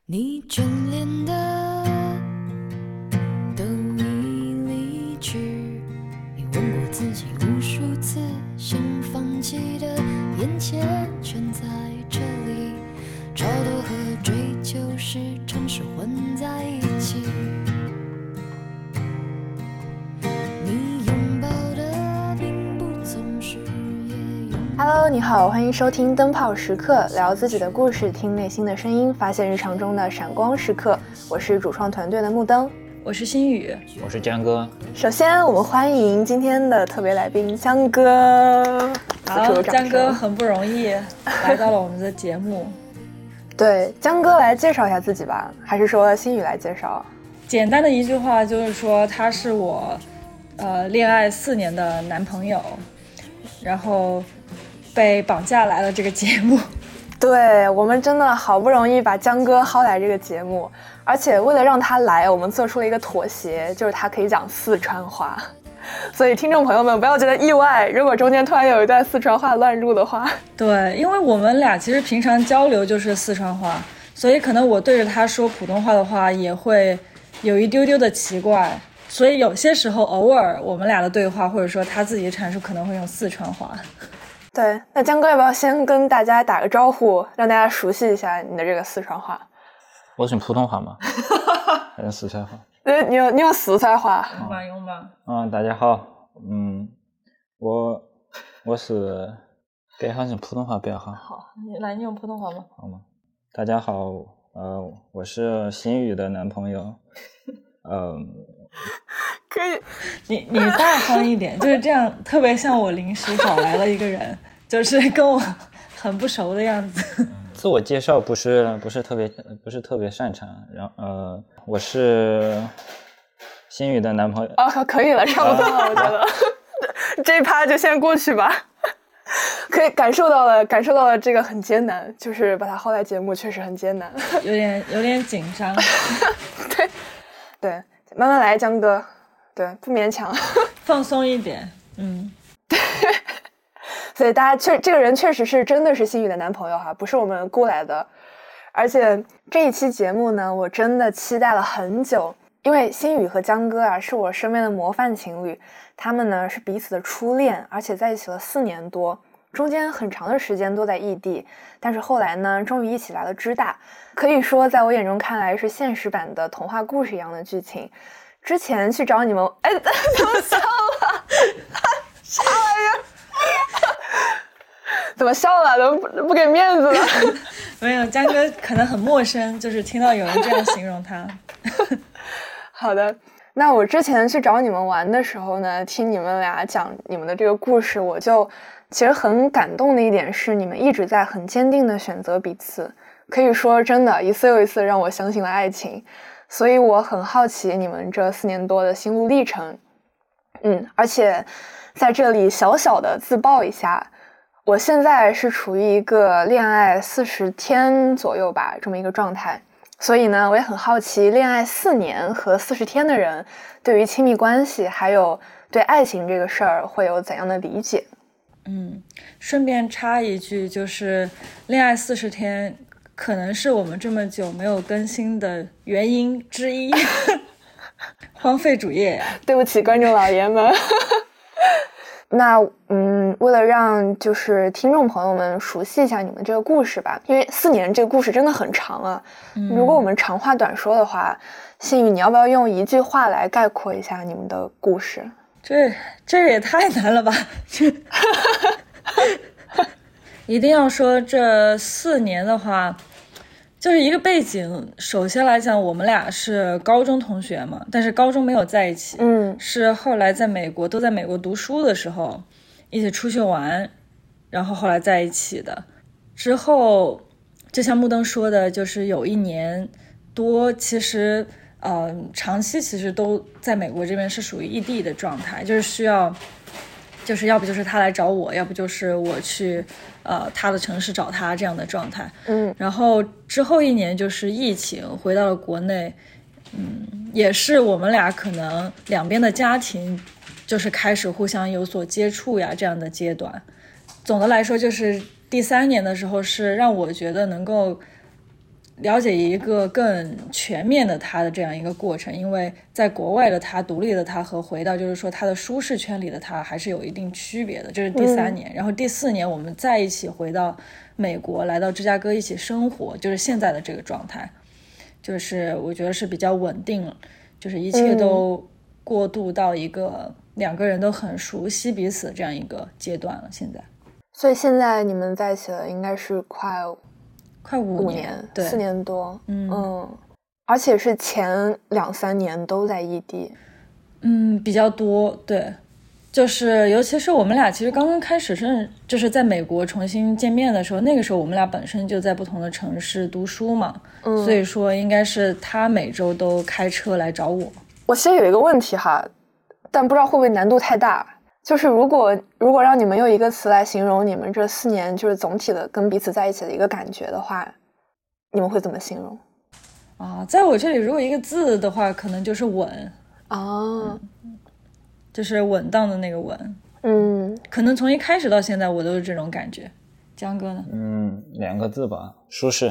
你眷恋的都已离去，你问过自己无数次，想放弃的眼前全在这里，超脱和追求时常是混在一起。你拥抱的并不总是 Hello， 你好，欢迎收听灯泡时刻，聊自己的故事，听内心的声音，发现日常中的闪光时刻。我是主创团队的木灯， 我是心雨， 我是江哥。 首先，我们欢迎今天的特别来宾江哥。 好，江哥很不容易来到了我们的节目。 对，江哥来介绍一下自己吧，还是说心雨来介绍？ 简单的一句话就是说，他是我恋爱4年的男朋友，然后被绑架来了这个节目。 对，我们真的好不容易把江哥薅来这个节目，而且为了让他来，我们做出了一个妥协，就是他可以讲四川话。所以听众朋友们不要觉得意外，如果中间突然有一段四川话乱入的话。 对，因为我们俩其实平常交流就是四川话，所以可能我对着他说普通话的话也会有一丢丢的奇怪，所以有些时候偶尔我们俩的对话或者说他自己的阐述可能会用四川话。 对，那江哥要不要先跟大家打个招呼，让大家熟悉一下你的这个四川话？ 我是普通话吗？还是四川话？ 你有四川话？ 用吧。 大家好，我是该好像普通话比较好。 好，你用普通话吗？ 好吗？大家好，我是心雨的男朋友。 可以， 你大方一点，就是这样，特别像我临时找来了一个人，就是跟我很不熟的样子。 自我介绍不是特别擅长，然后我是心雨的男朋友。 可以了，差不多了，我觉得这一趴就先过去吧。可以感受到了这个很艰难，就是把他薅来节目确实很艰难， 有点紧张。 对，慢慢来，江哥，对，不勉强， 放松一点， 对。所以大家这个人确实是真的是心雨的男朋友哈，不是我们雇来的。而且这一期节目呢，我真的期待了很久，因为心雨和江哥啊是我身边的模范情侣，他们呢是彼此的初恋，而且在一起了4年多，中间很长的时间都在异地，但是后来呢终于一起来了芝大，可以说在我眼中看来是现实版的童话故事一样的剧情。之前去找你们，怎么笑了？啥玩意儿？怎么笑了？怎么不给面子了？ 没有，江哥可能很陌生，就是听到有人这样形容他。 好的，那我之前去找你们玩的时候呢，听你们俩讲你们的这个故事，我就其实很感动的一点是，你们一直在很坚定的选择彼此，可以说真的一次又一次让我相信了爱情。所以我很好奇你们这4年多的心路历程。而且在这里小小的自曝一下，我现在是处于一个恋爱40天左右吧这么一个状态，所以呢我也很好奇恋爱4年和40天的人对于亲密关系还有对爱情这个事儿会有怎样的理解。 顺便插一句，就是恋爱40天可能是我们这么久没有更新的原因之一。荒废主页呀， 对不起观众老爷们。那为了让就是听众朋友们熟悉一下你们这个故事吧，因为4年这个故事真的很长啊。如果我们长话短说的话，心雨你要不要用一句话来概括一下你们的故事？ 这也太难了吧。一定要说这4年的话，就是一个背景。首先来讲，我们俩是高中同学嘛，但是高中没有在一起，是后来都在美国读书的时候一起出去玩，然后后来在一起的。之后就像木灯说的，就是有1年多，其实长期其实都在美国这边是属于异地的状态，就是需要就是要不就是他来找我，要不就是我去他的城市找他这样的状态。然后之后1年就是疫情，回到了国内。也是我们俩可能两边的家庭就是开始互相有所接触呀这样的阶段。总的来说就是第3年的时候是让我觉得能够了解一个更全面的他的这样一个过程，因为在国外的他，独立的他和回到就是说他的舒适圈里的他还是有一定区别的。这是第3年，然后第4年我们再一起回到美国，来到芝加哥一起生活，就是现在的这个状态，就是我觉得是比较稳定了，就是一切都过渡到一个2个人都很熟悉彼此这样一个阶段了。现在， 所以现在你们在一起了，应该是快 5年，对 ，4年多，而且是前2-3年都在异地， 比较多，对，就是尤其是我们俩其实刚刚开始就是在美国重新见面的时候，那个时候我们俩本身就在不同的城市读书嘛，所以说应该是他每周都开车来找我。 我其实有一个问题哈，但不知道会不会难度太大，就是如果让你们用一个词来形容你们这4年就是总体的跟彼此在一起的一个感觉的话，你们会怎么形容？ 在我这里如果一个字的话，可能就是稳就是稳当的那个稳。可能从一开始到现在我都是这种感觉。江哥呢 ？2个字吧，舒适。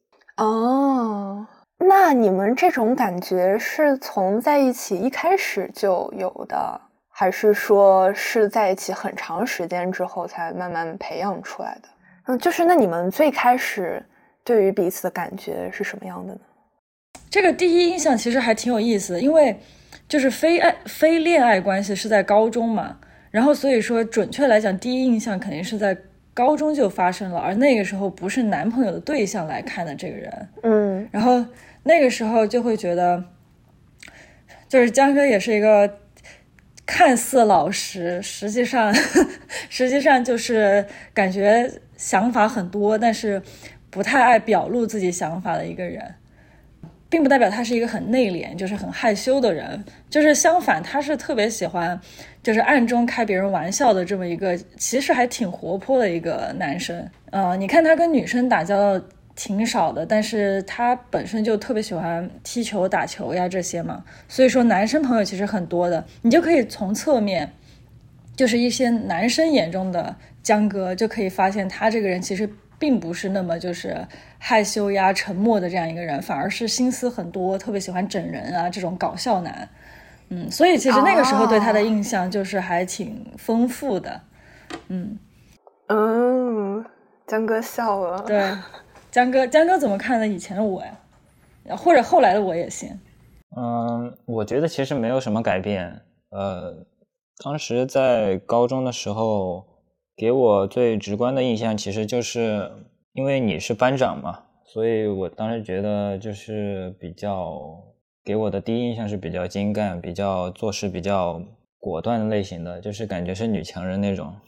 那你们这种感觉是从在一起一开始就有的，还是说是在一起很长时间之后才慢慢培养出来的？就是那你们最开始对于彼此的感觉是什么样的呢？ 这个第一印象其实还挺有意思的，因为就是非恋爱关系是在高中嘛，然后所以说准确来讲第一印象肯定是在高中就发生了，而那个时候不是男朋友的对象来看的这个人。然后那个时候就会觉得就是江哥也是一个看似老实，实际上就是感觉想法很多，但是不太爱表露自己想法的一个人，并不代表他是一个很内敛就是很害羞的人，就是相反他是特别喜欢就是暗中开别人玩笑的这么一个其实还挺活泼的一个男生。你看他跟女生打交道挺少的，但是他本身就特别喜欢踢球打球呀这些嘛，所以说男生朋友其实很多的，你就可以从侧面就是一些男生眼中的江哥就可以发现他这个人其实并不是那么就是害羞呀沉默的这样一个人，反而是心思很多，特别喜欢整人啊这种搞笑男。所以其实那个时候对他的印象就是还挺丰富的。 江哥笑了。 对，江哥怎么看的以前的我呀？或者后来的我也行。 我觉得其实没有什么改变。当时在高中的时候给我最直观的印象其实就是因为你是班长嘛，所以我当时觉得就是比较给我的第一印象是比较精干，比较做事比较果断的类型的，就是感觉是女强人那种。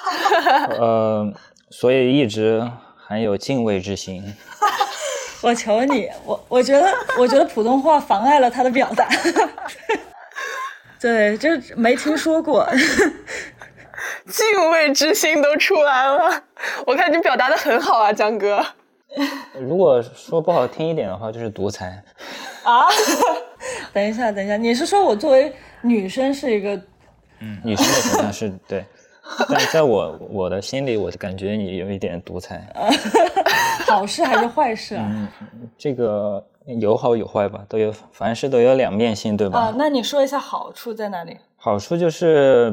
所以一直含有敬畏之心。 我求你，我觉得普通话妨碍了他的表达。对，就没听说过。 敬畏之心都出来了，我看你表达的很好啊，江哥。 如果说不好听一点的话，就是独裁。 等一下，你是说我作为女生是一个？ 女生的形象是对。但在我的心里，我感觉你有一点独裁。 好事还是坏事啊？ 这个有好有坏吧，都有，凡事都有两面性，对吧？ 那你说一下好处在哪里？ 好处就是，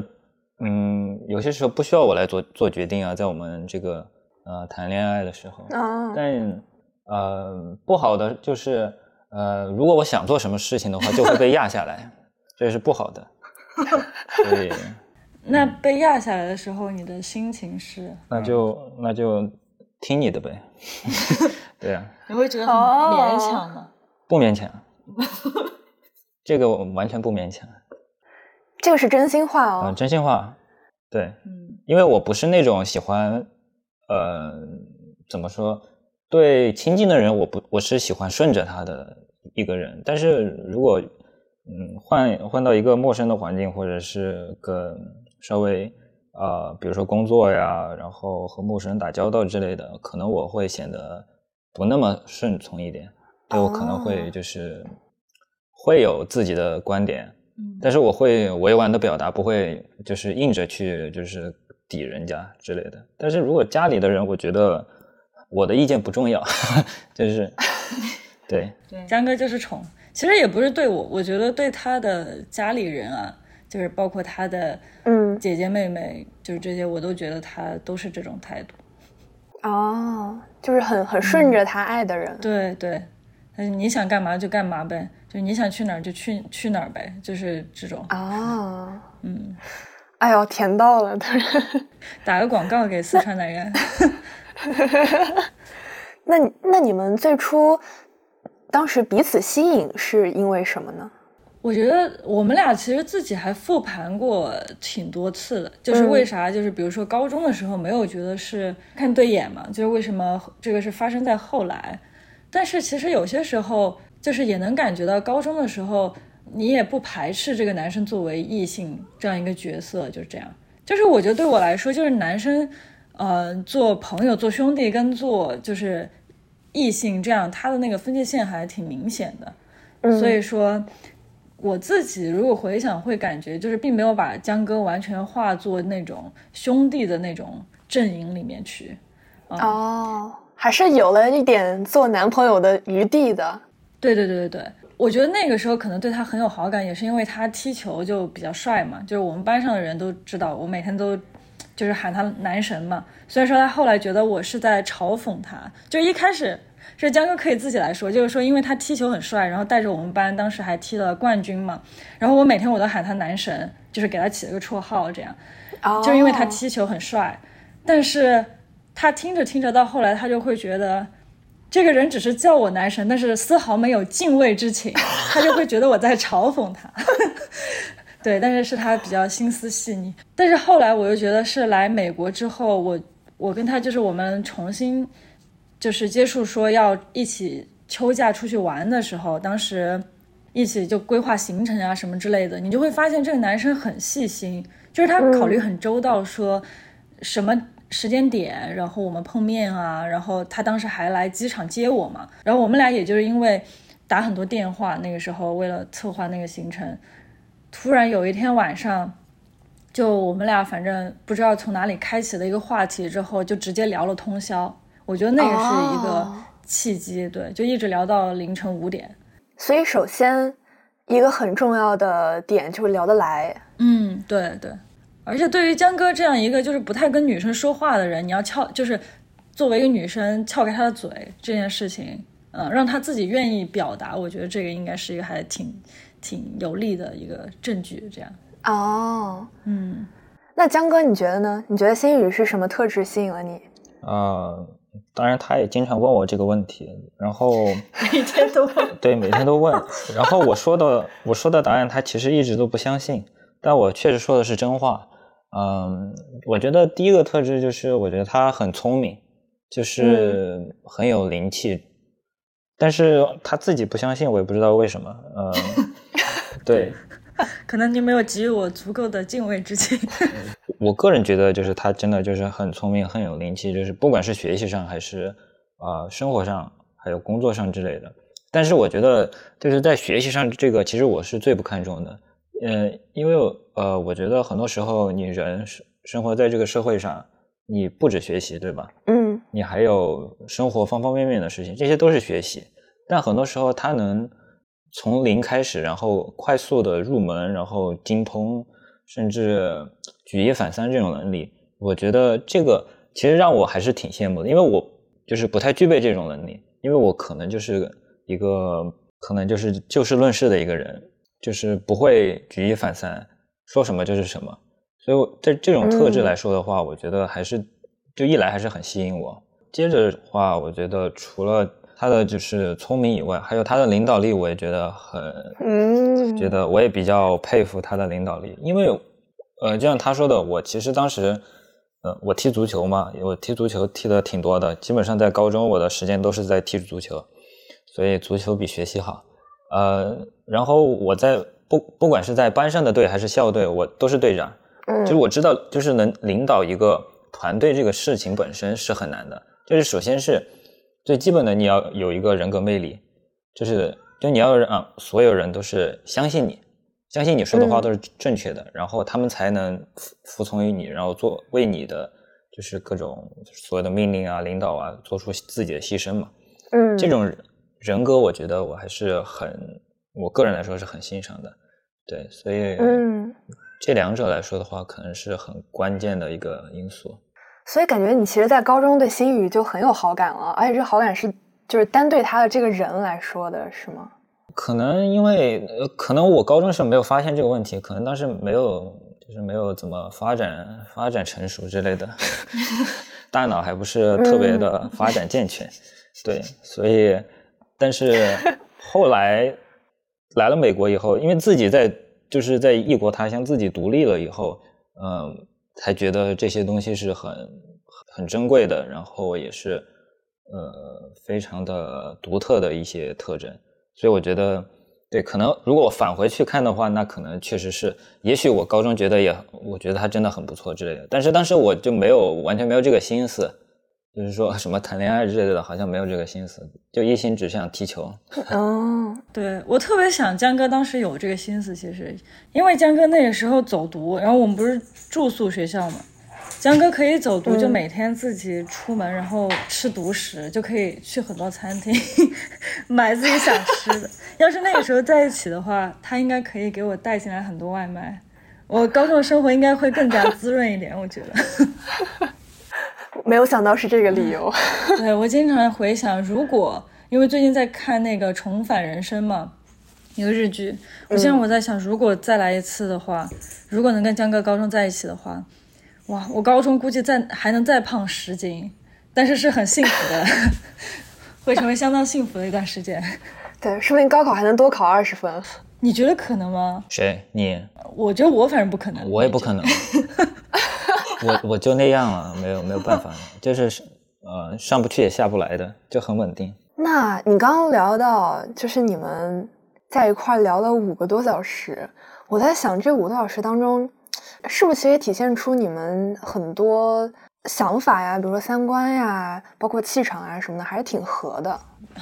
有些时候不需要我来做决定啊，在我们这个谈恋爱的时候。但不好的就是，如果我想做什么事情的话，就会被压下来，这是不好的。所以。 那被压下来的时候，你的心情是？那就听你的呗。对啊。 你会觉得很勉强吗？ 不勉强。这个我完全不勉强。 这个是真心话哦。 真心话。对。因为我不是那种喜欢，怎么说？对亲近的人，我是喜欢顺着他的一个人。但是如果换到一个陌生的环境，或者是个稍微比如说工作呀，然后和陌生人打交道之类的，可能我会显得不那么顺从一点。对，我可能会就是会有自己的观点，但是我会委婉的表达，不会就是硬着去就是抵人家之类的。但是如果家里的人，我觉得我的意见不重要，就是对， 江哥就是宠，其实也不是对我觉得对他的家里人啊，就是包括他的姐姐妹妹，就是这些我都觉得他都是这种态度。 哦，就是很顺着他爱的人。 对对，你想干嘛就干嘛呗，就你想去哪儿就去哪儿呗，就是这种。 哎呦，甜到了， 打个广告给四川男人。 那你们最初当时彼此吸引是因为什么呢？ 我觉得我们俩其实自己还复盘过挺多次的，就是为啥就是比如说高中的时候没有觉得是看对眼嘛，就是为什么这个是发生在后来。但是其实有些时候就是也能感觉到高中的时候你也不排斥这个男生作为异性这样一个角色，就是这样。就是我觉得对我来说，就是男生做朋友做兄弟跟做就是异性这样，他的那个分界线还挺明显的。所以说我自己如果回想会感觉就是并没有把江哥完全化作那种兄弟的那种阵营里面去。 还是有了一点做男朋友的余地的。 对对对对对，我觉得那个时候可能对他很有好感，也是因为他踢球就比较帅嘛，就是我们班上的人都知道我每天都就是喊他男神嘛。虽然说他后来觉得我是在嘲讽他，就一开始是江哥可以自己来说，就是说因为他踢球很帅，然后带着我们班当时还踢了冠军嘛，然后我每天我都喊他男神，就是给他起了个绰号这样。就是因为他踢球很帅。但是他听着听着到后来他就会觉得这个人只是叫我男神，但是丝毫没有敬畏之情，他就会觉得我在嘲讽他。对，但是他比较心思细腻。但是后来我又觉得是来美国之后，我跟他就是我们重新就是接触说要一起秋假出去玩的时候，当时一起就规划行程啊什么之类的，你就会发现这个男生很细心，就是他考虑很周到，说什么时间点然后我们碰面啊，然后他当时还来机场接我嘛，然后我们俩也就是因为打很多电话，那个时候为了策划那个行程，突然有一天晚上就我们俩反正不知道从哪里开启了一个话题之后就直接聊了通宵。我觉得那个是一个契机。对，就一直聊到凌晨5点。 所以首先一个很重要的点就是聊得来。 对对，而且对于江哥这样一个就是不太跟女生说话的人，你要就是作为一个女生撬开他的嘴这件事情，让他自己愿意表达，我觉得这个应该是一个还挺有利的一个证据。这样。 那江哥你觉得呢？你觉得星宇是什么特质吸引了你？ 当然他也经常问我这个问题，然后每天都问。 对，每天都问。然后我说的答案他其实一直都不相信，但我确实说的是真话。我觉得第一个特质就是我觉得他很聪明，就是很有灵气，但是他自己不相信，我也不知道为什么。对， 可能你没有给予我足够的敬畏之情。 我个人觉得就是他真的就是很聪明很有灵气，就是不管是学习上还是生活上还有工作上之类的。但是我觉得就是在学习上这个其实我是最不看重的。因为我觉得很多时候你人生活在这个社会上，你不止学习对吧？你还有生活方方面面的事情，这些都是学习。但很多时候他能从零开始，然后快速的入门，然后精通，甚至举一反三这种能力，我觉得这个其实让我还是挺羡慕的。因为我就是不太具备这种能力，因为我可能就是一个就事论事的一个人，就是不会举一反三，说什么就是什么。所以在这种特质来说的话，我觉得还是就一来还是很吸引我。接着的话，我觉得除了他的就是聪明以外，还有他的领导力，我也觉得觉得我也比较佩服他的领导力。因为就像他说的，我其实当时我踢足球嘛，我踢足球踢的挺多的，基本上在高中我的时间都是在踢足球，所以足球比学习好。然后我在不管是在班上的队还是校队，我都是队长。就是我知道就是能领导一个团队这个事情本身是很难的，就是首先是最基本的你要有一个人格魅力，就你要让所有人都是相信你说的话都是正确的，然后他们才能服从于你，然后为你的就是各种所有的命令啊领导啊做出自己的牺牲嘛。 人格，我觉得我还是我个人来说是很欣赏的。对，所以这两者来说的话，可能是很关键的一个因素。 所以感觉你其实在高中对新宇就很有好感了，而且这个好感是就是单对他的这个人来说的，是吗？ 可能因为可能我高中时候没有发现这个问题，可能当时没有怎么发展成熟之类的大脑还不是特别的发展健全。对，所以但是后来来了美国以后，因为自己就是在异国他乡自己独立了以后，才觉得这些东西是很珍贵的，然后也是非常的独特的一些特征。所以我觉得对，可能如果我返回去看的话，那可能确实是，也许我高中觉得我觉得他真的很不错之类的，但是当时我就完全没有这个心思，就是说什么谈恋爱之类的，好像没有这个心思，就一心只想踢球。 对，我特别想江哥当时有这个心思，其实因为江哥那个时候走读，然后我们不是住宿学校嘛，江哥可以走读，就每天自己出门，然后吃独食，就可以去很多餐厅买自己想吃的。要是那个时候在一起的话，他应该可以给我带进来很多外卖，我高中的生活应该会更加滋润一点，我觉得。 没有想到是这个理由。 对，我经常回想，因为最近在看那个《重返人生》嘛，一个日剧，我在想，如果再来一次的话，如果能跟江哥高中在一起的话，哇，我高中估计还能再胖10斤，但是很幸福的，会成为相当幸福的一段时间。 对，说不定高考还能多考20分。 你觉得可能吗？ 谁？你？ 我觉得我反正不可能。 我也不可能。我就那样了，没有办法，就是上不去也下不来的，就很稳定。 那你刚刚聊到就是你们在一块聊了5个多小时，我在想这5个多小时当中是不是也体现出你们很多想法呀，比如说三观呀，包括气场啊什么的，还是挺合的。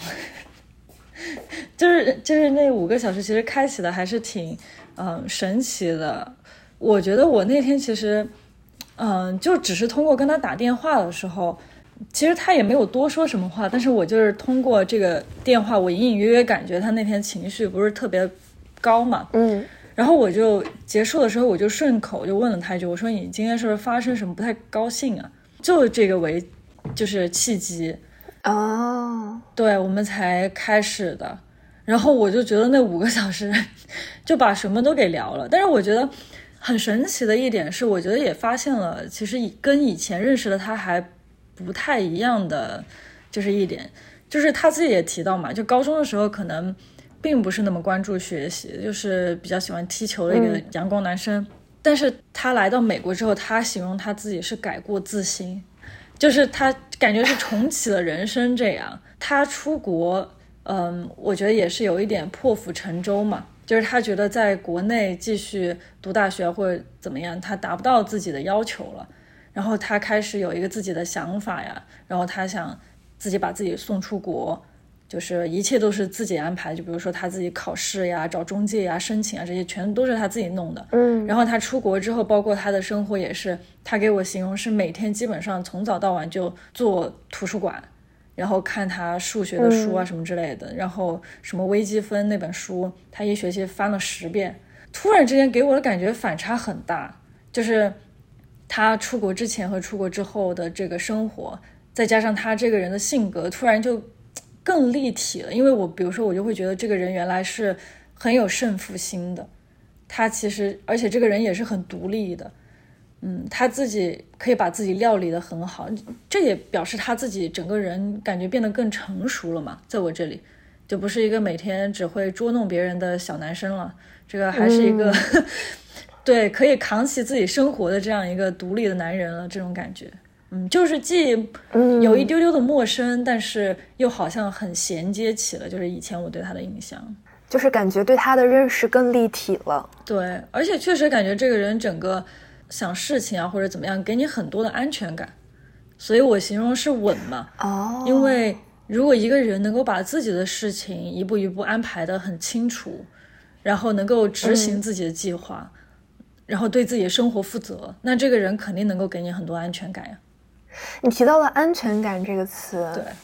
就是那5个小时其实开启的还是挺神奇的。我觉得我那天其实就只是通过跟他打电话的时候，其实他也没有多说什么话，但是我就是通过这个电话，我隐隐约约感觉他那天情绪不是特别高嘛，然后我就结束的时候，我就顺口就问了他一句，我说你今天是不是发生什么不太高兴啊？就这个为就是契机对，我们才开始的。然后我就觉得那5个小时就把什么都给聊了。但是我觉得很神奇的一点是，我觉得也发现了其实跟以前认识的他还不太一样的就是一点，就是他自己也提到嘛，就高中的时候可能并不是那么关注学习，就是比较喜欢踢球的一个阳光男生，但是他来到美国之后，他形容他自己是改过自新，就是他感觉是重启了人生这样。他出国我觉得也是有一点破釜沉舟嘛，就是他觉得在国内继续读大学或者怎么样，他达不到自己的要求了，然后他开始有一个自己的想法呀，然后他想自己把自己送出国，就是一切都是自己安排，就比如说他自己考试呀、找中介呀、申请啊，这些全都是他自己弄的。然后他出国之后，包括他的生活也是，他给我形容是每天基本上从早到晚就坐图书馆，然后看他数学的书啊什么之类的，然后什么微积分那本书他一学期翻了10遍。突然之间给我的感觉反差很大，就是他出国之前和出国之后的这个生活，再加上他这个人的性格突然就更立体了。因为比如说我就会觉得这个人原来是很有胜负心的，他其实而且这个人也是很独立的，他自己可以把自己料理得很好，这也表示他自己整个人感觉变得更成熟了嘛，在我这里就不是一个每天只会捉弄别人的小男生了，这个还是一个对，可以扛起自己生活的这样一个独立的男人了，这种感觉就是既有一丢丢的陌生，但是又好像很衔接起了就是以前我对他的印象， 就是感觉对他的认识更立体了。 对，而且确实感觉这个人整个想事情啊或者怎么样给你很多的安全感，所以我形容是稳嘛。因为如果一个人能够把自己的事情一步一步安排得很清楚，然后能够执行自己的计划，然后对自己的生活负责，那这个人肯定能够给你很多安全感呀。 你提到了安全感这个词， 对，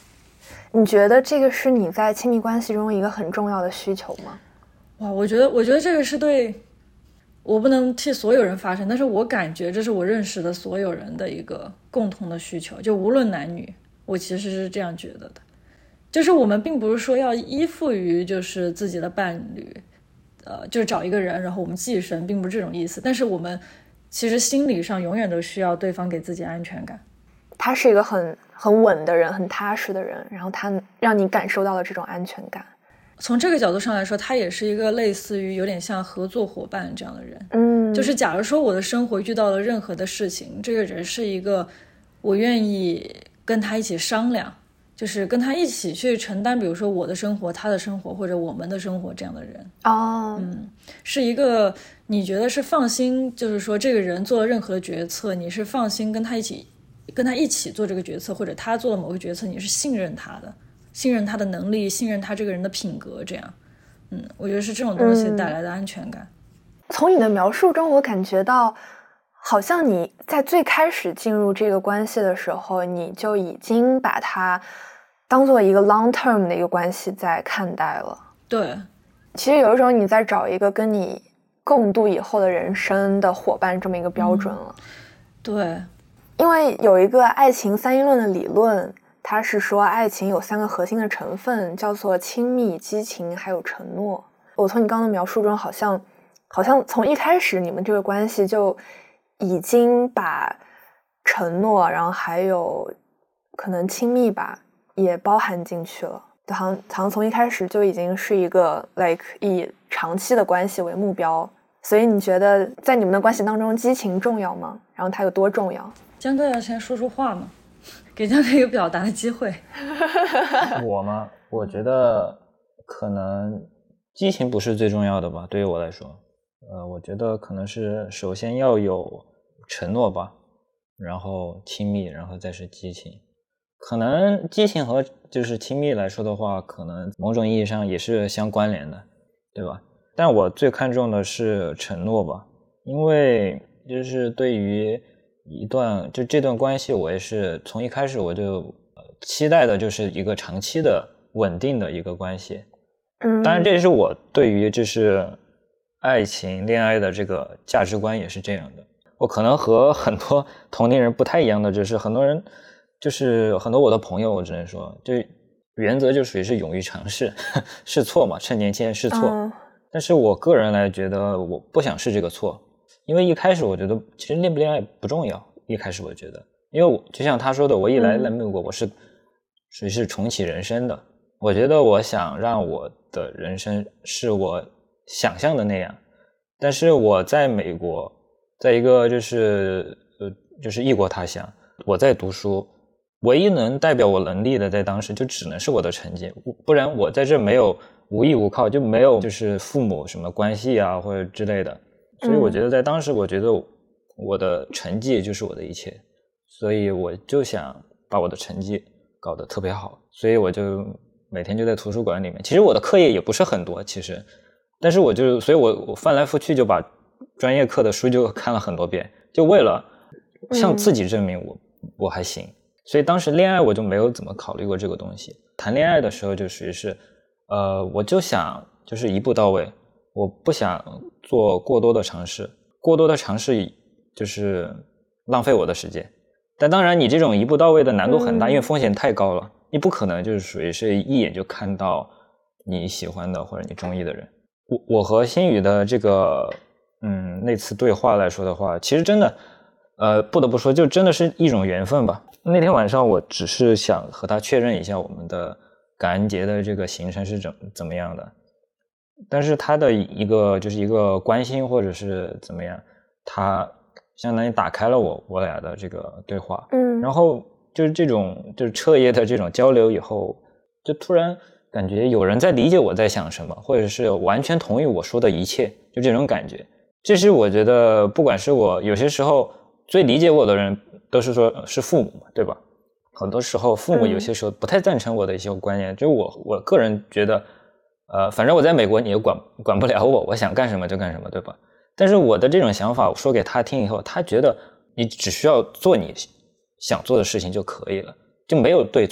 你觉得这个是你在亲密关系中一个很重要的需求吗？ 哇，我觉得这个是对，我不能替所有人发声，但是我感觉这是我认识的所有人的一个共同的需求，就无论男女，我其实是这样觉得的。就是我们并不是说要依附于就是自己的伴侣，就是找一个人然后我们寄生，并不是这种意思，但是我们其实心理上永远都需要对方给自己安全感。 他是一个很稳的人，很踏实的人，然后他让你感受到了这种安全感。 从这个角度上来说，他也是一个类似于有点像合作伙伴这样的人。就是假如说我的生活遇到了任何的事情，这个人是一个我愿意跟他一起商量，就是跟他一起去承担，比如说我的生活、他的生活或者我们的生活这样的人。是一个你觉得是放心，就是说这个人做了任何的决策，你是放心跟他一起做这个决策，或者他做了某个决策，你是信任他的，信任他的能力，信任他这个人的品格，这样。我觉得是这种东西带来的安全感。 从你的描述中，我感觉到好像你在最开始进入这个关系的时候，你就已经把它当做一个 long term 的一个关系在看待了。 对， 其实有一种你在找一个跟你共度以后的人生的伙伴这么一个标准了。 对， 因为有一个爱情三因论的理论，它是说爱情有3个核心的成分，叫做亲密、激情还有承诺。我从你刚刚的描述中，好像从一开始你们这个关系就已经把承诺，然后还有可能亲密吧也包含进去了。好像从一开始就已经是一个 like 以长期的关系为目标。所以你觉得在你们的关系当中，激情重要吗？然后它有多重要？ 江哥要先说出话吗？给江哥一个表达的机会。 我吗？我觉得可能激情不是最重要的吧，对于我来说。我觉得可能是首先要有承诺吧，然后亲密，然后再是激情。可能激情和就是亲密来说的话，可能某种意义上也是相关联的，对吧？但我最看重的是承诺吧，因为就是对于这段关系，我也是从一开始我就期待的就是一个长期的稳定的一个关系。当然这也是我对于就是爱情恋爱的这个价值观也是这样的。我可能和很多同龄人不太一样的，就是很多人就是很多我的朋友，我只能说就原则就属于是勇于尝试试错嘛，趁年轻试错。但是我个人来觉得我不想试这个错，因为一开始我觉得其实恋不恋爱不重要。一开始我觉得，因为就像他说的，我一来美国我是属于是重启人生的。我觉得我想让我的人生是我想象的那样，但是我在美国，在一个就是异国他乡，我在读书，唯一能代表我能力的在当时就只能是我的成绩，不然我在这没有无依无靠，就没有就是父母什么关系啊或者之类的。所以我觉得在当时我觉得我的成绩就是我的一切，所以我就想把我的成绩搞得特别好，所以我就每天就在图书馆里面。其实我的课业也不是很多其实，但是所以我翻来覆去就把专业课的书就看了很多遍，就为了向自己证明我还行。所以当时恋爱我就没有怎么考虑过这个东西。谈恋爱的时候就属于是我就想就是一步到位，我不想做过多的尝试，过多的尝试就是浪费我的时间。但当然你这种一步到位的难度很大，因为风险太高了，你不可能就是属于是一眼就看到你喜欢的或者你中意的人。我和心宇的这个那次对话来说的话，其实真的不得不说就真的是一种缘分吧。那天晚上我只是想和他确认一下我们的感恩节的这个行程是怎么样的，但是他的一个关心或者是怎么样，他相当于打开了我俩的这个对话。然后就是这种就是彻夜的这种交流以后，就突然感觉有人在理解我在想什么，或者是完全同意我说的一切，就这种感觉。这是我觉得不管是我有些时候最理解我的人都是说是父母嘛，对吧？很多时候父母有些时候不太赞成我的一些观念，就我个人觉得反正我在美国你也管不了我想干什么就干什么，对吧？但是我的这种想法我说给他听以后，他觉得你只需要做你想做的事情就可以了，就没有对错，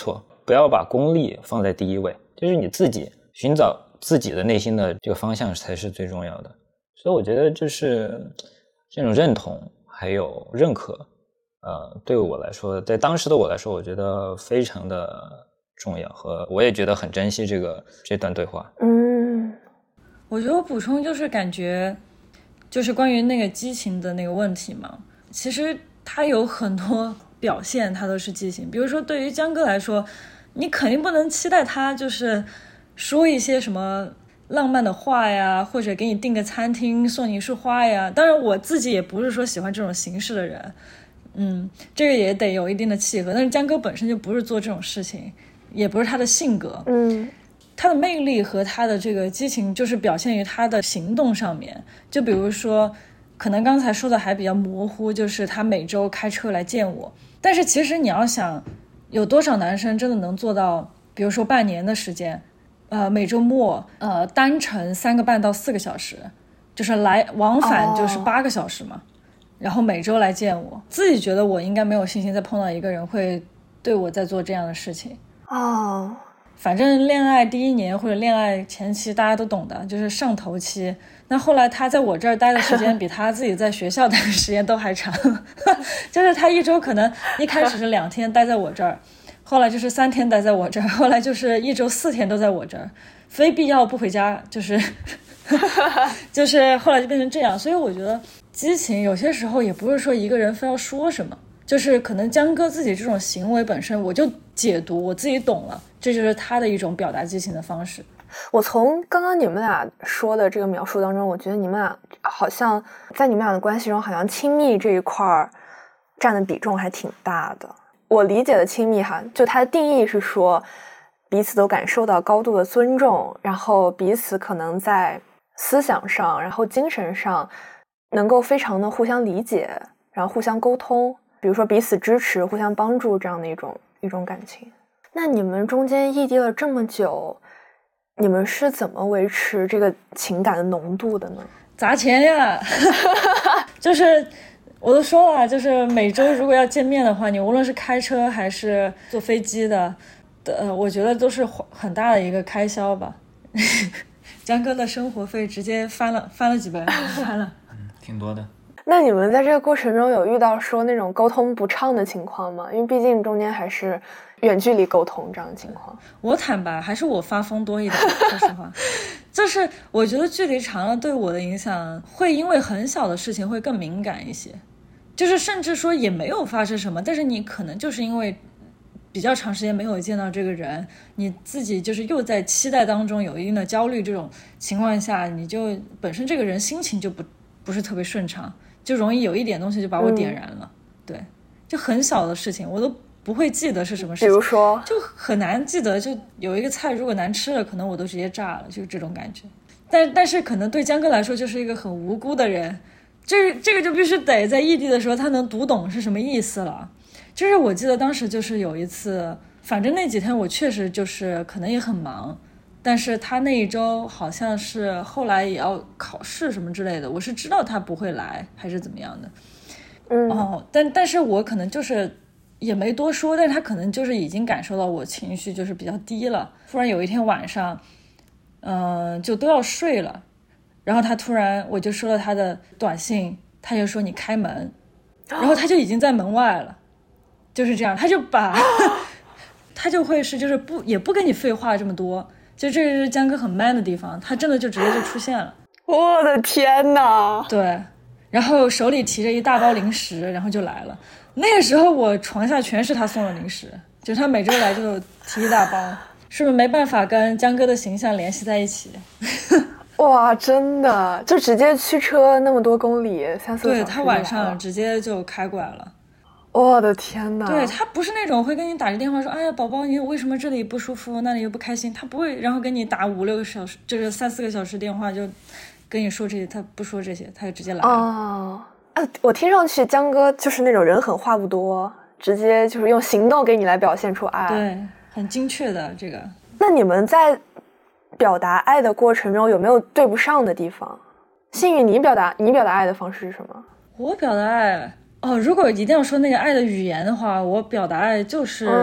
不要把功利放在第一位，就是你自己寻找自己的内心的这个方向才是最重要的。所以我觉得就是这种认同还有认可，对我来说，在当时的我来说，我觉得非常的重要，和我也觉得很珍惜这段对话。 我觉得我补充就是感觉就是关于那个激情的那个问题嘛，其实它有很多表现它都是激情。比如说对于江歌来说，你肯定不能期待他就是说一些什么浪漫的话呀，或者给你订个餐厅送你一束花呀。当然我自己也不是说喜欢这种形式的人，这个也得有一定的契合，但是江歌本身就不是做这种事情，也不是他的性格。他的魅力和他的这个激情就是表现于他的行动上面。就比如说可能刚才说的还比较模糊，就是他每周开车来见我，但是其实你要想有多少男生真的能做到，比如说半年的时间，每周末单程3个半到4个小时，就是来往返就是8个小时嘛，然后每周来见我。自己觉得我应该没有信心再碰到一个人会对我在做这样的事情。反正恋爱第1年或者恋爱前期大家都懂的，就是上头期。那后来他在我这儿待的时间比他自己在学校待的时间都还长就是他一周可能一开始是2天待在我这儿，后来就是3天待在我这儿，后来就是一周4天都在我这儿，非必要不回家，就是就是后来就变成这样。所以我觉得激情有些时候也不是说一个人非要说什么，就是可能江歌自己这种行为本身，我就解读我自己懂了，这就是他的一种表达激情的方式。 我从刚刚你们俩说的这个描述当中，我觉得你们俩好像在你们俩的关系中，好像亲密这一块占的比重还挺大的。我理解的亲密就它的定义是说彼此都感受到高度的尊重，然后彼此可能在思想上然后精神上能够非常的互相理解，然后互相沟通，比如说彼此支持互相帮助这样的一种感情。那你们中间异地了这么久，你们是怎么维持这个情感的浓度的呢？ 砸钱呀就是我都说了，就是每周如果要见面的话，你无论是开车还是坐飞机的我觉得都是很大的一个开销吧江哥的生活费直接翻了几倍翻了挺多的。 那你们在这个过程中有遇到说那种沟通不畅的情况吗？因为毕竟中间还是远距离沟通这样的情况。 我坦白还是我发疯多一点说实话就是我觉得距离长了对我的影响会因为很小的事情会更敏感一些，就是甚至说也没有发生什么，但是你可能就是因为比较长时间没有见到这个人，你自己就是又在期待当中有一定的焦虑，这种情况下你就本身这个人心情就不是特别顺畅，就容易有一点东西就把我点燃了。对，就很小的事情我都不会记得是什么事情， 比如说就很难记得，就有一个菜如果难吃了可能我都直接炸了，就这种感觉。但是可能对江哥来说就是一个很无辜的人，这个就必须得在异地的时候他能读懂是什么意思了。就是我记得当时就是有一次，反正那几天我确实就是可能也很忙，但是他那一周好像是后来也要考试什么之类的，我是知道他不会来还是怎么样的。但是我可能就是也没多说，但是他可能就是已经感受到我情绪就是比较低了。突然有一天晚上就都要睡了，然后他突然我就收了他的短信，他就说你开门，然后他就已经在门外了，就是这样，他就把他就会是就是也不跟你废话这么多，就这是江哥很 man 的地方，他真的就直接就出现了。 我的天哪！ 对，然后手里提着一大包零食，然后就来了。那个时候我床下全是他送的零食，就是他每周来就提一大包，是不是没办法跟江哥的形象联系在一起？ 哇，真的就直接驱车那么多公里，3-4个小时。 对，他晚上直接就开过来了。 我的天哪！ 对，他不是那种会跟你打着电话说，哎呀宝宝你为什么这里不舒服那里又不开心，他不会然后跟你打5-6个小时就是3-4个小时电话就跟你说这些，他不说这些，他就直接来了。 我听上去江哥就是那种人狠话不多，直接就是用行动给你来表现出爱。 对，很精确的这个。 那你们在表达爱的过程中有没有对不上的地方？幸运，你表达爱的方式是什么？ 我表达爱如果一定要说那个爱的语言的话，我表达爱就是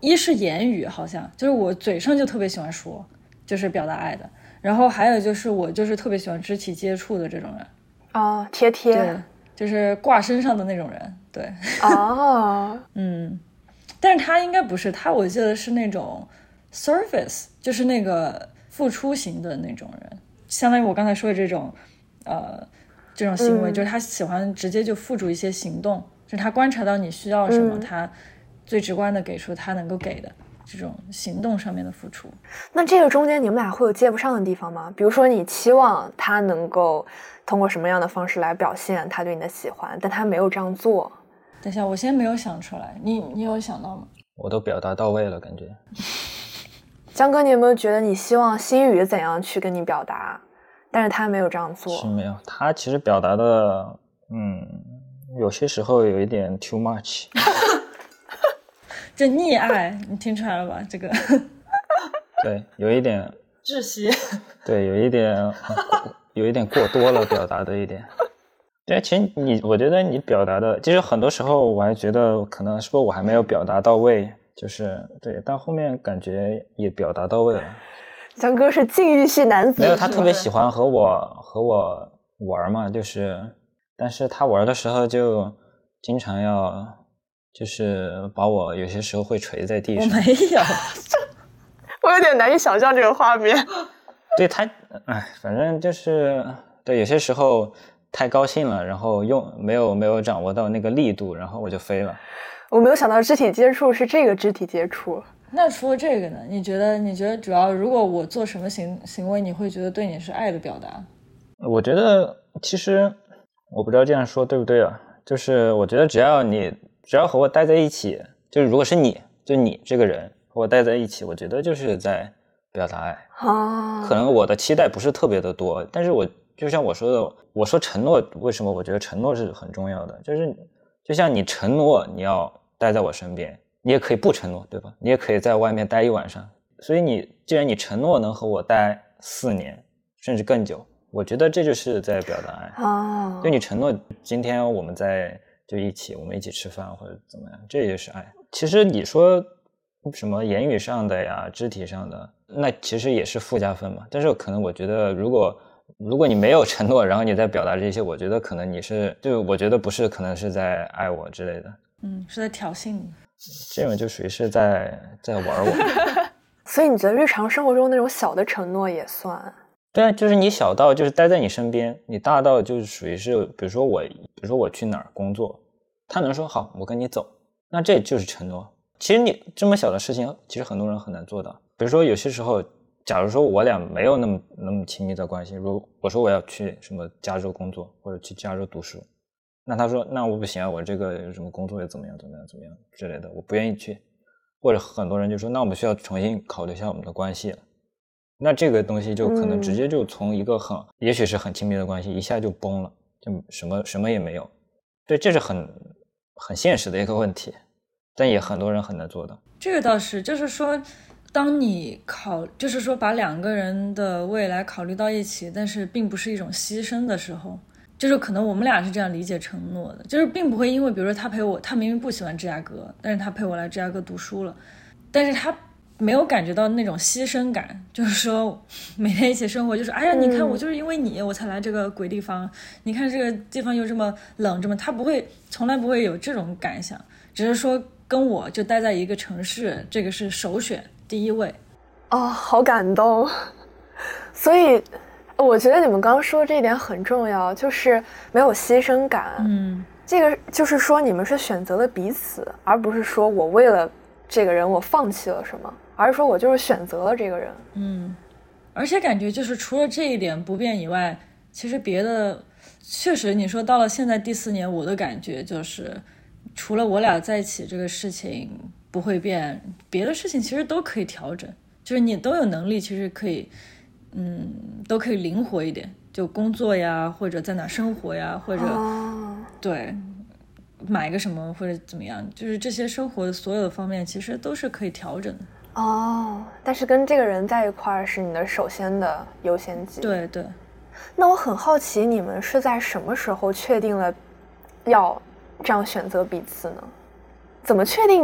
一是言语，好像就是我嘴上就特别喜欢说，就是表达爱的，然后还有就是我就是特别喜欢肢体接触的这种人。 哦，贴贴， 对，就是挂身上的那种人。对， 哦， 但是他应该不是，他我记得是那种 service， 就是那个付出型的那种人，相当于我刚才说的这种行为，就是他喜欢直接就付诸一些行动，就是他观察到你需要什么，他最直观的给出他能够给的这种行动上面的付出。 那这个中间你们俩会有接不上的地方吗？比如说你期望他能够通过什么样的方式来表现他对你的喜欢，但他没有这样做。 等一下，我现在没有想出来，你有想到吗？ 我都表达到位了，感觉。 江哥，你有没有觉得你希望心宇怎样去跟你表达，但是他没有这样做？ 是没有，他其实表达的，有些时候有一点 too much。 这溺爱，你听出来了吧？这个， 对，有一点窒息。 对，有一点过多了，表达的一点。对，其实我觉得你表达的，其实很多时候我还觉得可能是不是我还没有表达到位，就是对，但后面感觉也表达到位了。 江哥是禁欲系男子， 没有，他特别喜欢和我玩嘛，就是，但是他玩的时候就经常要，就是把我有些时候会捶在地上。 我没有， 我有点难以想象这个画面。 对他，反正就是对，有些时候太高兴了，然后没有掌握到那个力度，然后我就飞了。 我没有想到肢体接触是这个肢体接触。 那除了这个呢？你觉得主要如果我做什么行为，你会觉得对你是爱的表达？ 我觉得其实我不知道这样说对不对啊，就是我觉得只要和我待在一起，就是如果是你这个人和我待在一起，我觉得就是在表达爱。可能我的期待不是特别的多，但是我就像我说的，我说承诺，为什么我觉得承诺是很重要的，就是就像你承诺你要待在我身边，你也可以不承诺，对吧？你也可以在外面待一晚上，所以既然你承诺能和我待4年甚至更久，我觉得这就是在表达爱。就你承诺今天我们我们一起吃饭或者怎么样，这就是爱。其实你说什么言语上的呀，肢体上的，那其实也是附加分嘛。但是可能我觉得如果你没有承诺，然后你在表达这些，我觉得可能我觉得不是，可能是在爱我之类的。 是在挑衅你。 这种就属于是在玩我。 所以你觉得日常生活中那种小的承诺也算？ 对啊，就是你小到就是待在你身边，你大到就是属于是，比如说我去哪儿工作，他能说好我跟你走，那这就是承诺。其实你这么小的事情，其实很多人很难做到。比如说有些时候，假如说我俩没有那么亲密的关系，如果我说我要去什么加州工作或者去加州读书，那他说那我不行啊，我这个有什么工作也怎么样之类的，我不愿意去。或者很多人就说那我们需要重新考虑一下我们的关系了，那这个东西就可能直接就从一个也许是很亲密的关系一下就崩了，就什么也没有。对，这是很现实的一个问题，但也很多人很难做到。 这个倒是，就是说当你就是说把2个人的未来考虑到一起，但是并不是一种牺牲的时候，就是可能我们俩是这样理解承诺的，就是并不会因为比如说他明明不喜欢芝加哥，但是他陪我来芝加哥读书了，但是他没有感觉到那种牺牲感，就是说每天一起生活，就是哎呀你看我就是因为你我才来这个鬼地方，你看这个地方又这么冷他从来不会有这种感想，只是说跟我就待在一个城市，这个是首选第一位。 好感动。所以我觉得你们刚刚说这一点很重要，就是没有牺牲感。这个就是说你们是选择了彼此，而不是说我为了这个人我放弃了什么，而是说我就是选择了这个人。 而且感觉就是除了这一点不变以外，其实别的确实你说到了现在第4年，我的感觉就是除了我俩在一起这个事情不会变，别的事情其实都可以调整，就是你都有能力其实可以都可以灵活一点，就工作呀，或者在哪生活呀，或者对买个什么或者怎么样，就是这些生活的所有的方面其实都是可以调整的。 但是跟这个人在一块儿是你的首先的优先级。 对对。 那我很好奇，你们是在什么时候确定了要这样选择彼此呢？怎么确定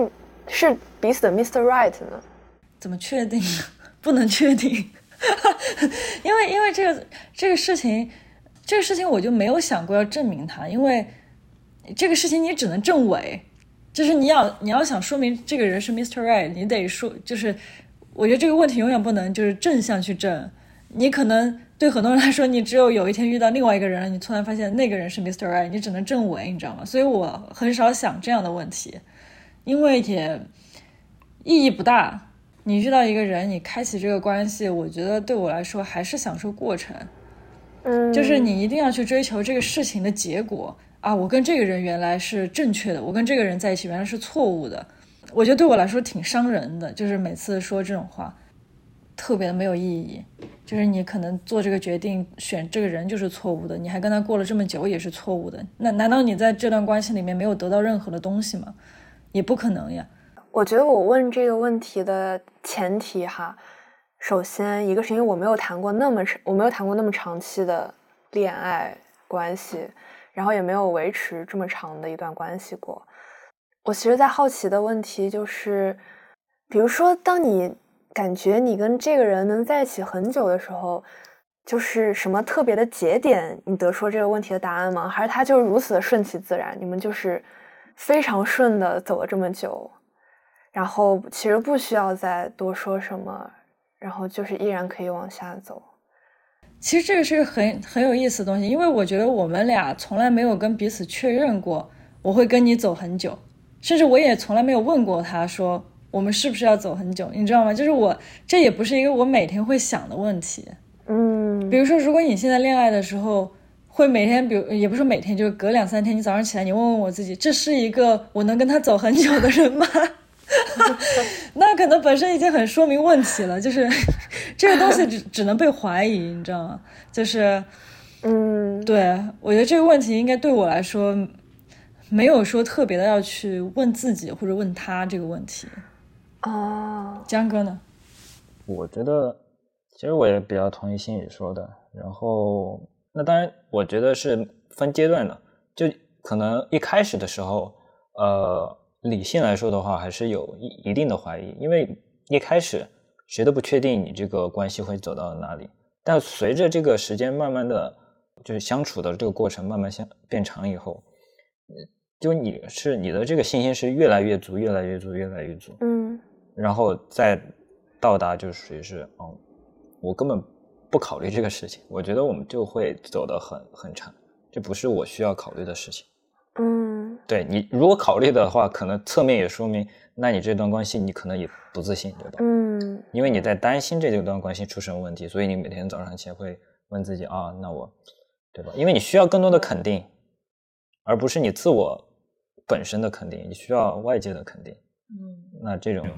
是彼此的 Mr. Right 呢？ 怎么确定？不能确定，因为这个事情我就没有想过要证明它，因为这个事情你只能证伪，就是你要想说明这个人是 Mr. Right， 你得说，就是我觉得这个问题永远不能就是正向去证。你可能对很多人来说，你只有一天遇到另外一个人了，你突然发现那个人是 Mr. Right， 你只能证伪，你知道吗？所以我很少想这样的问题，因为也意义不大。你遇到一个人，你开启这个关系，我觉得对我来说还是享受过程。就是你一定要去追求这个事情的结果啊！我跟这个人原来是正确的，我跟这个人在一起原来是错误的。我觉得对我来说挺伤人的，就是每次说这种话特别的没有意义。就是你可能做这个决定选这个人就是错误的，你还跟他过了这么久也是错误的，那难道你在这段关系里面没有得到任何的东西吗？也不可能呀。 我觉得我问这个问题的前提哈，首先一个是因为我没有谈过那么长期的恋爱关系，然后也没有维持这么长的一段关系过。我其实在好奇的问题就是，比如说当你感觉你跟这个人能在一起很久的时候，就是什么特别的节点你得出这个问题的答案吗？还是他就是如此的顺其自然，你们就是非常顺的走了这么久，然后其实不需要再多说什么，然后就是依然可以往下走？ 其实这个是很有意思的东西，因为我觉得我们俩从来没有跟彼此确认过我会跟你走很久，甚至我也从来没有问过他说我们是不是要走很久，你知道吗？就是这也不是一个我每天会想的问题。比如说如果你现在恋爱的时候会每天，比如也不是每天，就是隔2-3天，你早上起来你问问我自己，这是一个我能跟他走很久的人吗？那可能本身已经很说明问题了，就是这个东西只能被怀疑，你知道吗？就是对，我觉得这个问题应该对我来说没有说特别的要去问自己或者问他这个问题。江哥呢？ 我觉得其实我也比较同意心宇说的，然后那当然我觉得是分阶段的，就可能一开始的时候理性来说的话还是有一定的怀疑，因为一开始谁都不确定你这个关系会走到哪里，但随着这个时间慢慢的就是相处的这个过程慢慢变长以后，就你的这个信心是越来越足越来越足越来越足，然后再到达就属于是我根本不考虑这个事情，我觉得我们就会走得很长，这不是我需要考虑的事情。对，你如果考虑的话，可能侧面也说明那你这段关系你可能也不自信，对吧？因为你在担心这段关系出什么问题，所以你每天早上起来会问自己那我对吧？因为你需要更多的肯定，而不是你自我本身的肯定，你需要外界的肯定。那这种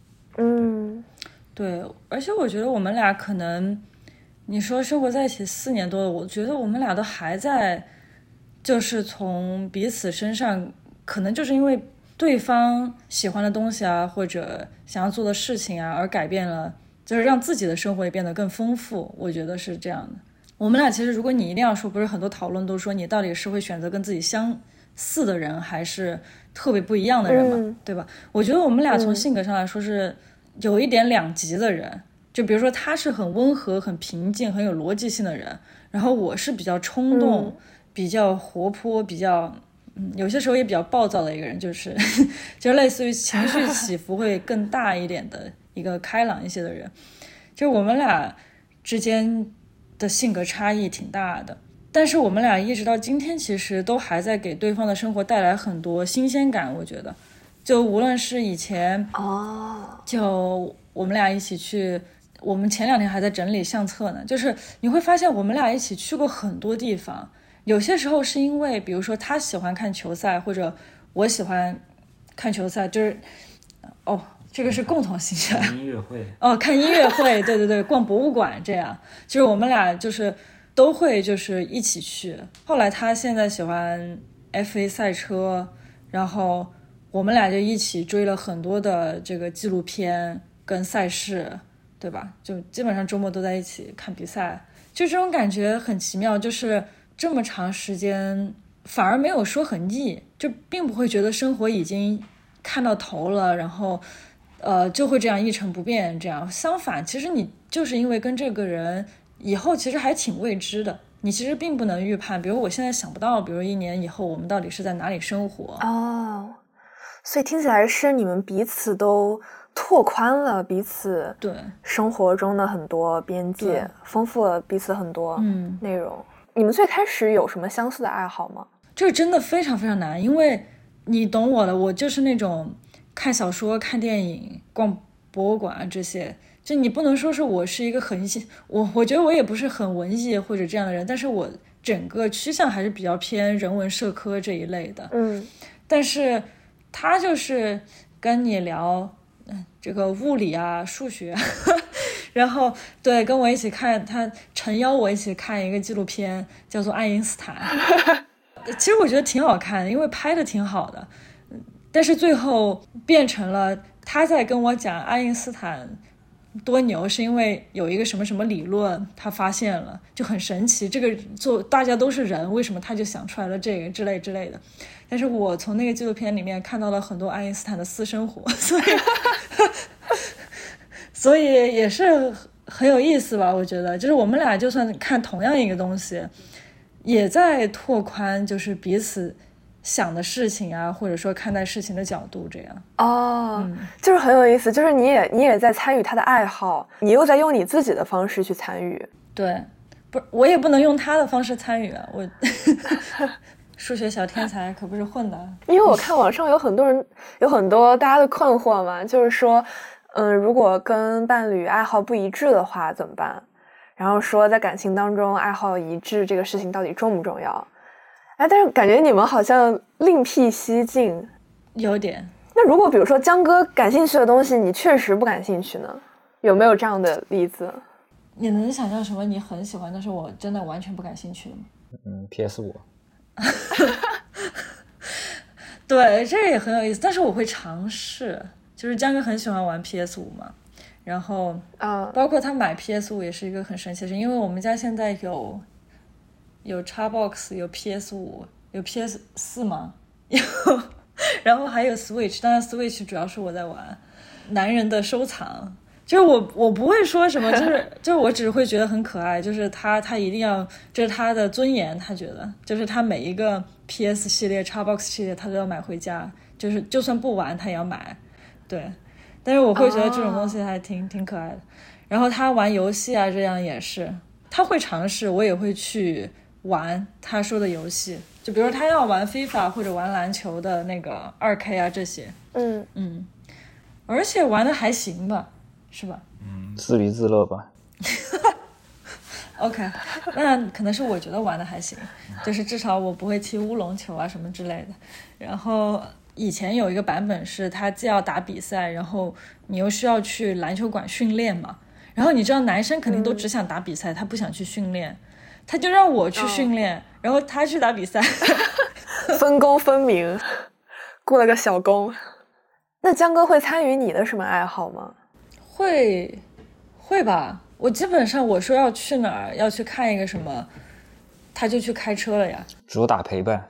对，而且我觉得我们俩可能你说生活在一起4年多了，我觉得我们俩都还在就是从彼此身上，可能就是因为对方喜欢的东西啊或者想要做的事情啊而改变了，就是让自己的生活也变得更丰富，我觉得是这样的。我们俩其实如果你一定要说，不是很多讨论都说你到底是会选择跟自己相似的人还是特别不一样的人嘛，对吧？我觉得我们俩从性格上来说是有一点两极的人，就比如说他是很温和很平静很有逻辑性的人，然后我是比较冲动比较活泼比较有些时候也比较暴躁的一个人，就是类似于情绪起伏会更大一点的一个开朗一些的人。就我们俩之间的性格差异挺大的，但是我们俩一直到今天其实都还在给对方的生活带来很多新鲜感。我觉得就无论是以前就我们俩一起去，我们前2天还在整理相册呢，就是你会发现我们俩一起去过很多地方，有些时候是因为比如说他喜欢看球赛或者我喜欢看球赛，就是这个是共同兴趣， 看音乐会看音乐会对对对，逛博物馆，这样就是我们俩就是都会就是一起去。后来他现在喜欢 F1 赛车，然后我们俩就一起追了很多的这个纪录片跟赛事，对吧？就基本上周末都在一起看比赛，就这种感觉很奇妙，就是这么长时间反而没有说很腻，就并不会觉得生活已经看到头了，然后就会这样一成不变这样。相反，其实你就是因为跟这个人以后其实还挺未知的，你其实并不能预判，比如我现在想不到，比如1年以后我们到底是在哪里生活。 所以听起来是你们彼此都拓宽了彼此对生活中的很多边界，丰富了彼此很多内容。你们最开始有什么相似的爱好吗？ 这个真的非常非常难，因为你懂我的，我就是那种看小说、看电影、逛博物馆这些，就你不能说是我是一个我觉得我也不是很文艺或者这样的人，但是我整个趋向还是比较偏人文社科这一类的。但是他就是跟你聊这个物理啊、数学然后对跟我一起看，他诚邀我一起看一个纪录片叫做《爱因斯坦》其实我觉得挺好看的，因为拍的挺好的，但是最后变成了他在跟我讲爱因斯坦多牛是因为有一个什么什么理论他发现了，就很神奇，这个大家都是人，为什么他就想出来了这个之类的。但是我从那个纪录片里面看到了很多爱因斯坦的私生活，所以也是很有意思吧。我觉得就是我们俩就算看同样一个东西，也在拓宽就是彼此想的事情啊，或者说看待事情的角度这样。 就是很有意思，就是你也在参与他的爱好，你又在用你自己的方式去参与。 对，我也不能用他的方式参与啊，我数学小天才可不是混的。 因为我看网上有很多大家的困惑嘛，就是说如果跟伴侣爱好不一致的话怎么办，然后说在感情当中爱好一致这个事情到底重不重要。但是感觉你们好像另辟蹊径。 有点。 那如果比如说江哥感兴趣的东西你确实不感兴趣呢，有没有这样的例子？ 你能想象什么你很喜欢但是我真的完全不感兴趣的吗 ？PS5 对，这也很有意思，但是我会尝试。就是江哥很喜欢玩 PS5 嘛，然后包括他买 PS5 也是一个很神奇的事，因为我们家现在有 Xbox 有 PS5 有 PS4 吗？然后还有 Switch， 当然 Switch 主要是我在玩，男人的收藏。就是我不会说什么，就是我只会觉得很可爱，就是他一定要，这是他的尊严，他觉得就是他每一个 PS 系列 Xbox 系列他都要买回家，就是就算不玩他也要买。对，但是我会觉得这种东西还挺可爱的。然后他玩游戏啊这样也是，他会尝试，我也会去玩他说的游戏，就比如他要玩 FIFA 或者玩篮球的那个 2K 啊这些。而且玩的还行吧，是吧？ 自娱自乐吧。 OK， 那可能是我觉得玩的还行，就是至少我不会踢乌龙球啊什么之类的。然后以前有一个版本是他既要打比赛，然后你又需要去篮球馆训练嘛，然后你知道男生肯定都只想打比赛，他不想去训练，他就让我去训练，然后他去打比赛。 分工分明，雇了个小工。那江哥会参与你的什么爱好吗？ 会吧，我基本上我说要去哪儿，要去看一个什么，他就去开车了呀。 主打陪伴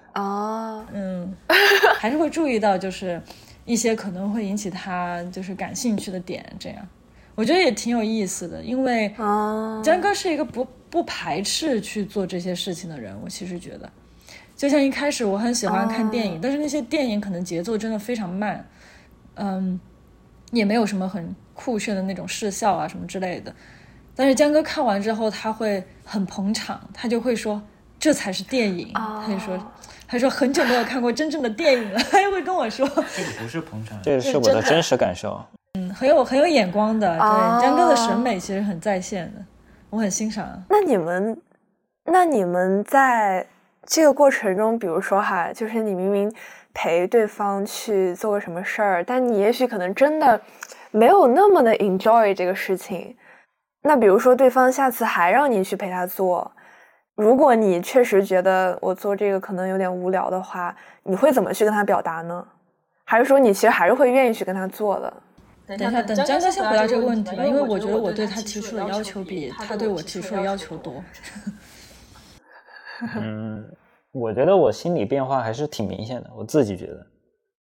还是会注意到就是一些可能会引起他就是感兴趣的点，这样我觉得也挺有意思的。因为江哥是一个不排斥去做这些事情的人，我其实觉得就像一开始我很喜欢看电影，但是那些电影可能节奏真的非常慢，也没有什么很酷炫的那种视效啊什么之类的，但是江哥看完之后他会很捧场，他就会说这才是电影，他说很久没有看过真正的电影了，他又会跟我说这个不是捧场，这是我的真实感受。 很有眼光的，对，江哥的审美其实很在线的，我很欣赏。 那你们在这个过程中，比如说就是你明明陪对方去做个什么事儿，但你也许可能真的没有那么的 enjoy 这个事情，那比如说对方下次还让你去陪他做，如果你确实觉得我做这个可能有点无聊的话，你会怎么去跟他表达呢？还是说你其实还是会愿意去跟他做的？ 等一下，等江哥先回答这个问题吧，因为我觉得我对他提出的要求比他对我提出的要求多。 我觉得我心理变化还是挺明显的，我自己觉得，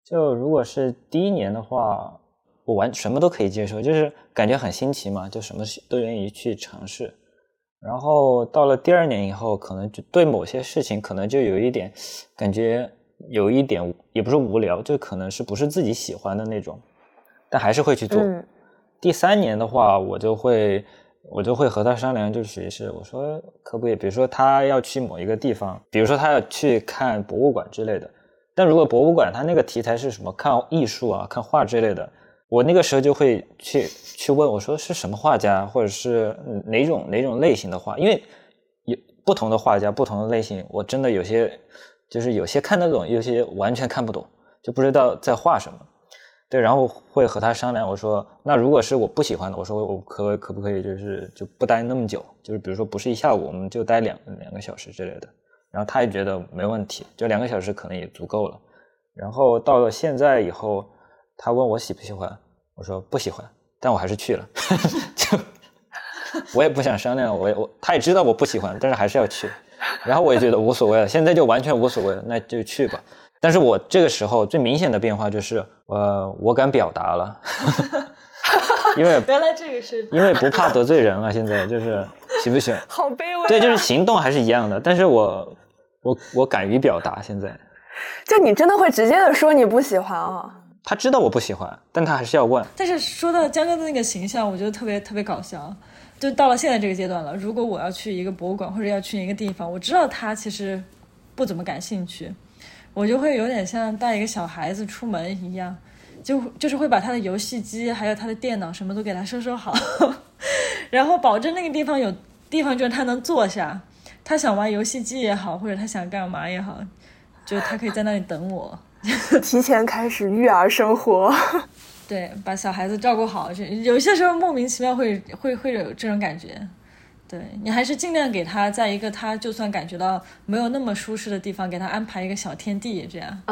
就如果是第一年的话，我什么都可以接受，就是感觉很新奇嘛，就什么都愿意去尝试。然后到了第2年以后，可能就对某些事情可能就有一点感觉，有一点也不是无聊，就可能是不是自己喜欢的那种，但还是会去做。第3年的话，我就会和他商量，就属于是我说可不可以，比如说他要去某一个地方，比如说他要去看博物馆之类的，但如果博物馆他那个题材是什么看艺术啊看画之类的，我那个时候就会去问我说是什么画家，或者是哪种类型的画，因为有不同的画家不同的类型，我真的有些看得懂，有些完全看不懂，就不知道在画什么。对，然后会和他商量，我说那如果是我不喜欢的，我说我可不可以就不待那么久，就是比如说不是1下午，我们就待2个小时之类的。然后他也觉得没问题，就2个小时可能也足够了。然后到了现在以后，他问我喜不喜欢，我说不喜欢，但我还是去了。就我也不想商量，他也知道我不喜欢，但是还是要去。然后我也觉得无所谓了，现在就完全无所谓了，那就去吧。但是我这个时候最明显的变化就是，我敢表达了，因为原来这个是因为不怕得罪人了，现在就是喜不喜欢， 好卑微、啊。 对，就是行动还是一样的，但是我敢于表达，现在。 就你真的会直接的说你不喜欢啊？ 他知道我不喜欢，但他还是要问。 但是说到江哥的那个形象，我觉得特别搞笑。就到了现在这个阶段了，如果我要去一个博物馆或者要去一个地方，我知道他其实不怎么感兴趣，我就会有点像带一个小孩子出门一样，就是会把他的游戏机还有他的电脑什么都给他收好，然后保证那个地方有地方就是他能坐下，他想玩游戏机也好，或者他想干嘛也好，就他可以在那里等我。 提前开始育儿生活。 对，把小孩子照顾好，有些时候莫名其妙会有这种感觉。对，你还是尽量给他在一个他就算感觉到没有那么舒适的地方，给他安排一个小天地，这样。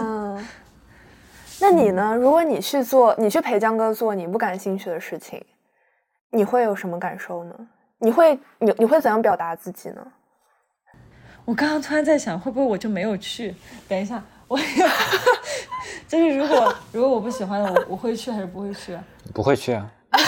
那你呢？如果你去陪江哥做你不感兴趣的事情，你会有什么感受呢？你会怎样表达自己呢？ 我刚刚突然在想，会不会我就没有去？等一下，就是如果我不喜欢的，我会去还是不会去？ 不会去啊。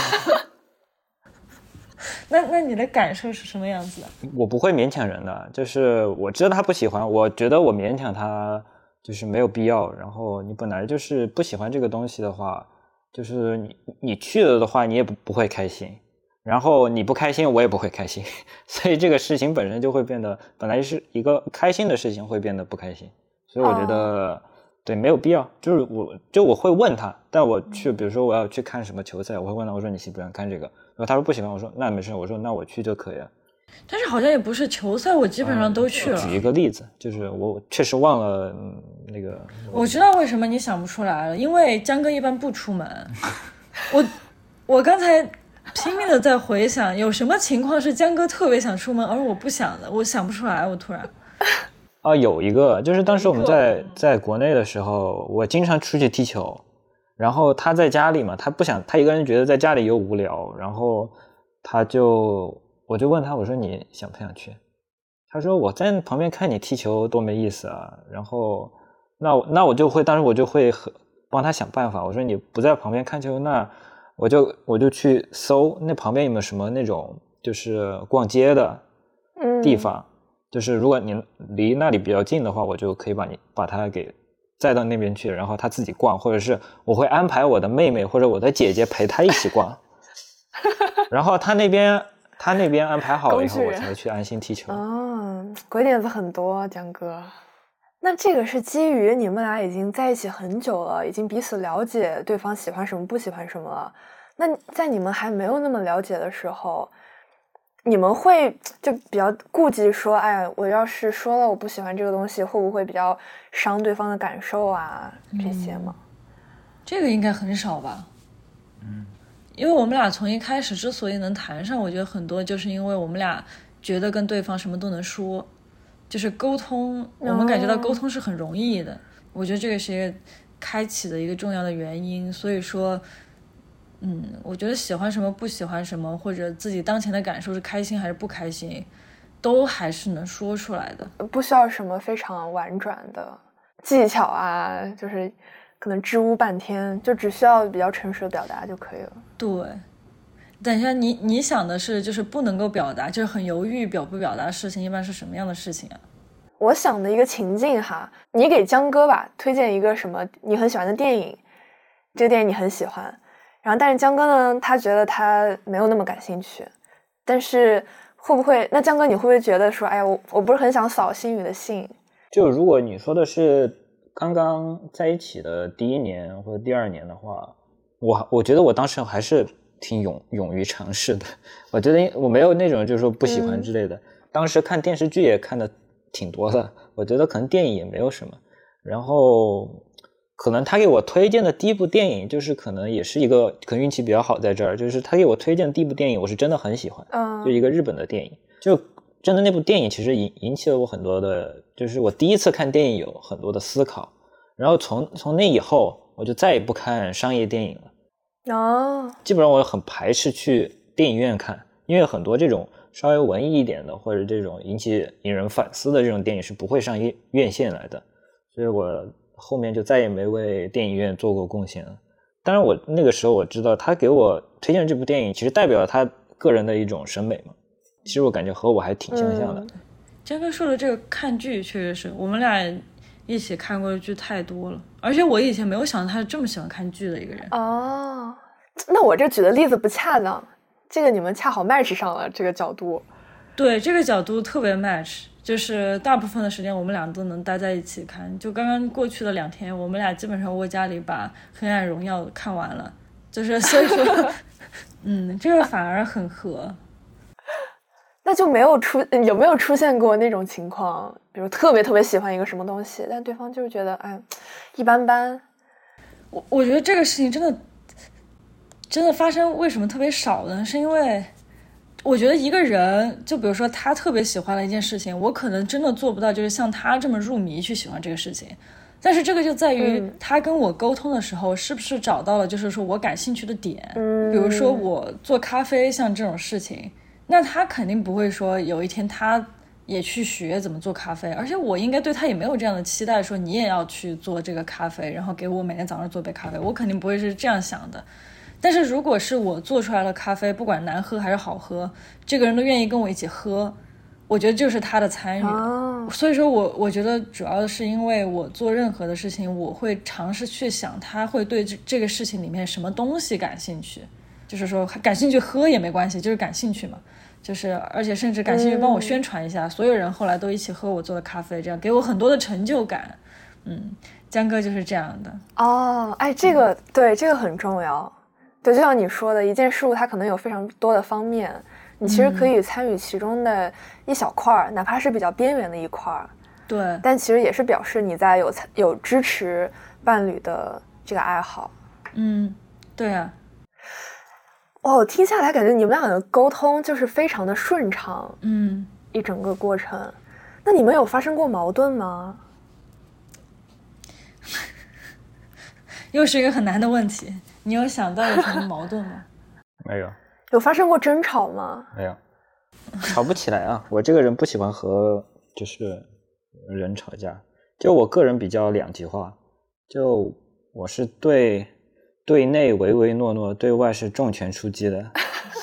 那你的感受是什么样子的？ 我不会勉强人的，就是我知道他不喜欢，我觉得我勉强他就是没有必要。然后你本来就是不喜欢这个东西的话，就是你去了的话，你也不会开心。然后你不开心，我也不会开心，所以这个事情本身就会变得，本来是一个开心的事情，会变得不开心。所以我觉得，对，没有必要。就是我会问他，但我去，比如说我要去看什么球赛，我会问他，我说你喜不喜欢看这个？然后他说不喜欢，我说那没事，我说那我去就可以了。 但是好像也不是球赛，我基本上都去了。 举一个例子，就是我确实忘了那个。 我知道为什么你想不出来了，因为江哥一般不出门。我刚才拼命的在回想，有什么情况是江哥特别想出门，而我不想的，我想不出来，我突然。 有一个，就是当时我们在国内的时候，我经常出去踢球，然后他在家里嘛，他不想，他一个人觉得在家里又无聊，然后我就问他，我说你想不想去？他说我在旁边看你踢球多没意思啊。然后那我就会，当时我就会帮他想办法。我说你不在旁边看球，那我就去搜那旁边有没有什么那种就是逛街的地方。就是如果你离那里比较近的话，我就可以把他给载到那边去，然后他自己逛，或者是我会安排我的妹妹或者我的姐姐陪他一起逛。然后他那边安排好了以后，我才去安心踢球。 鬼点子很多，江哥。那这个是基于你们俩已经在一起很久了，已经彼此了解对方喜欢什么不喜欢什么了。那在你们还没有那么了解的时候，你们会就比较顾忌说，哎，我要是说了我不喜欢这个东西，会不会比较伤对方的感受啊？这些吗？ 这个应该很少吧。因为我们俩从一开始之所以能谈上，我觉得很多就是因为我们俩觉得跟对方什么都能说，就是沟通，我们感觉到沟通是很容易的。我觉得这个是一个开启的一个重要的原因。所以说我觉得喜欢什么不喜欢什么，或者自己当前的感受是开心还是不开心，都还是能说出来的， 不需要什么非常婉转的技巧啊，就是可能支吾半天，就只需要比较诚实的表达就可以了。 对，等一下，你想的是就是不能够表达，就是很犹豫表不表达的事情，一般是什么样的事情啊？ 我想的一个情境哈，你给江哥吧推荐一个什么你很喜欢的电影，这个电影你很喜欢，然后但是江哥呢，他觉得他没有那么感兴趣，但是会不会，那江哥你会不会觉得说，哎呀，我不是很想扫星宇的兴？ 就如果你说的是刚刚在一起的第1年或者第2年的话，我觉得我当时还是挺勇于尝试的。我觉得我没有那种就是说不喜欢之类的。当时看电视剧也看的挺多的，我觉得可能电影也没有什么。然后可能他给我推荐的第一部电影，就是可能也是一个可能运气比较好在这儿，就是他给我推荐的第一部电影，我是真的很喜欢，就一个日本的电影，就真的那部电影其实引起了我很多的，就是我第一次看电影有很多的思考，然后从那以后我就再也不看商业电影了。基本上我很排斥去电影院看，因为很多这种稍微文艺一点的或者这种引人反思的这种电影是不会上院线来的，所以我后面就再也没为电影院做过贡献了。当然我那个时候我知道他给我推荐这部电影其实代表了他个人的一种审美嘛，其实我感觉和我还挺相像的。 江哥说的这个看剧确实是我们俩一起看过的剧太多了，而且我以前没有想到他是这么喜欢看剧的一个人。 那我这举的例子不恰当，这个你们恰好 match 上了这个角度。 对，这个角度特别 match， 就是大部分的时间我们俩都能待在一起看。就刚刚过去的2天，我们俩基本上窝家里把《黑暗荣耀》看完了，就是所以说这个反而很合。 那就有没有出现过那种情况，比如特别特别喜欢一个什么东西，但对方就是觉得一般般。 我觉得这个事情真的发生为什么特别少呢？是因为我觉得一个人，就比如说他特别喜欢了一件事情，我可能真的做不到就是像他这么入迷去喜欢这个事情，但是这个就在于他跟我沟通的时候是不是找到了就是说我感兴趣的点。比如说我做咖啡像这种事情，那他肯定不会说有一天他也去学怎么做咖啡，而且我应该对他也没有这样的期待说你也要去做这个咖啡，然后给我每天早上做杯咖啡，我肯定不会是这样想的。但是如果是我做出来的咖啡不管难喝还是好喝，这个人都愿意跟我一起喝，我觉得就是他的参与。所以说我觉得主要是因为我做任何的事情我会尝试去想他会对这个事情里面什么东西感兴趣，就是说感兴趣喝也没关系，就是感兴趣嘛，就是而且甚至感兴趣帮我宣传一下，所有人后来都一起喝我做的咖啡，这样给我很多的成就感。江哥就是这样的。 这个对，这个很重要。对，就像你说的，一件事物它可能有非常多的方面，你其实可以参与其中的一小块，哪怕是比较边缘的一块。 对， 但其实也是表示你在有支持伴侣的这个爱好。 对啊。 我听下来感觉你们俩的沟通就是非常的顺畅。一整个过程。那你们有发生过矛盾吗？ 又是一个很难的问题，你有想到有什么矛盾吗？ 没有。 有发生过争吵吗？ 没有，吵不起来啊。我这个人不喜欢和就是人吵架，就我个人比较两极化，就我是对内唯唯诺诺，对外是重拳出击的。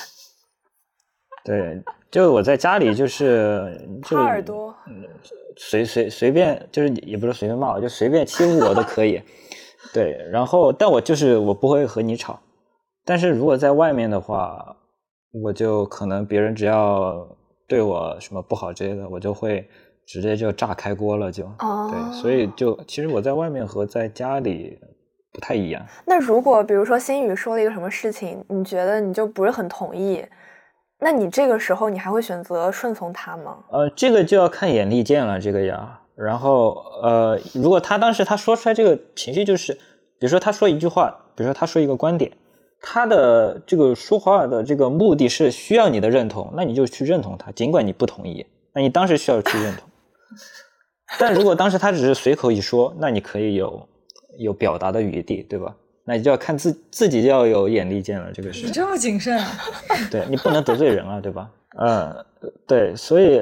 对，就我在家里就是耙耳朵， 随便，就是也不是随便骂我，就随便欺负我都可以。对，然后但我不会和你吵，但是如果在外面的话，我就可能别人只要对我什么不好之类的，我就会直接就炸开锅了就。对，所以就其实我在外面和在家里不太一样。 那如果比如说新宇说了一个什么事情，你觉得你就不是很同意，那你这个时候你还会选择顺从他吗？ 这个就要看眼力见了，这个呀。然后如果他当时他说出来这个情绪，就是比如说他说一句话，比如说他说一个观点，他的这个说话的这个目的是需要你的认同，那你就去认同他，尽管你不同意，那你当时需要去认同。但如果当时他只是随口一说，那你可以有表达的余地，对吧？那你就要看自己就要有眼力见了，这个是。 你这么谨慎啊？ 对，你不能得罪人啊，对吧？对，所以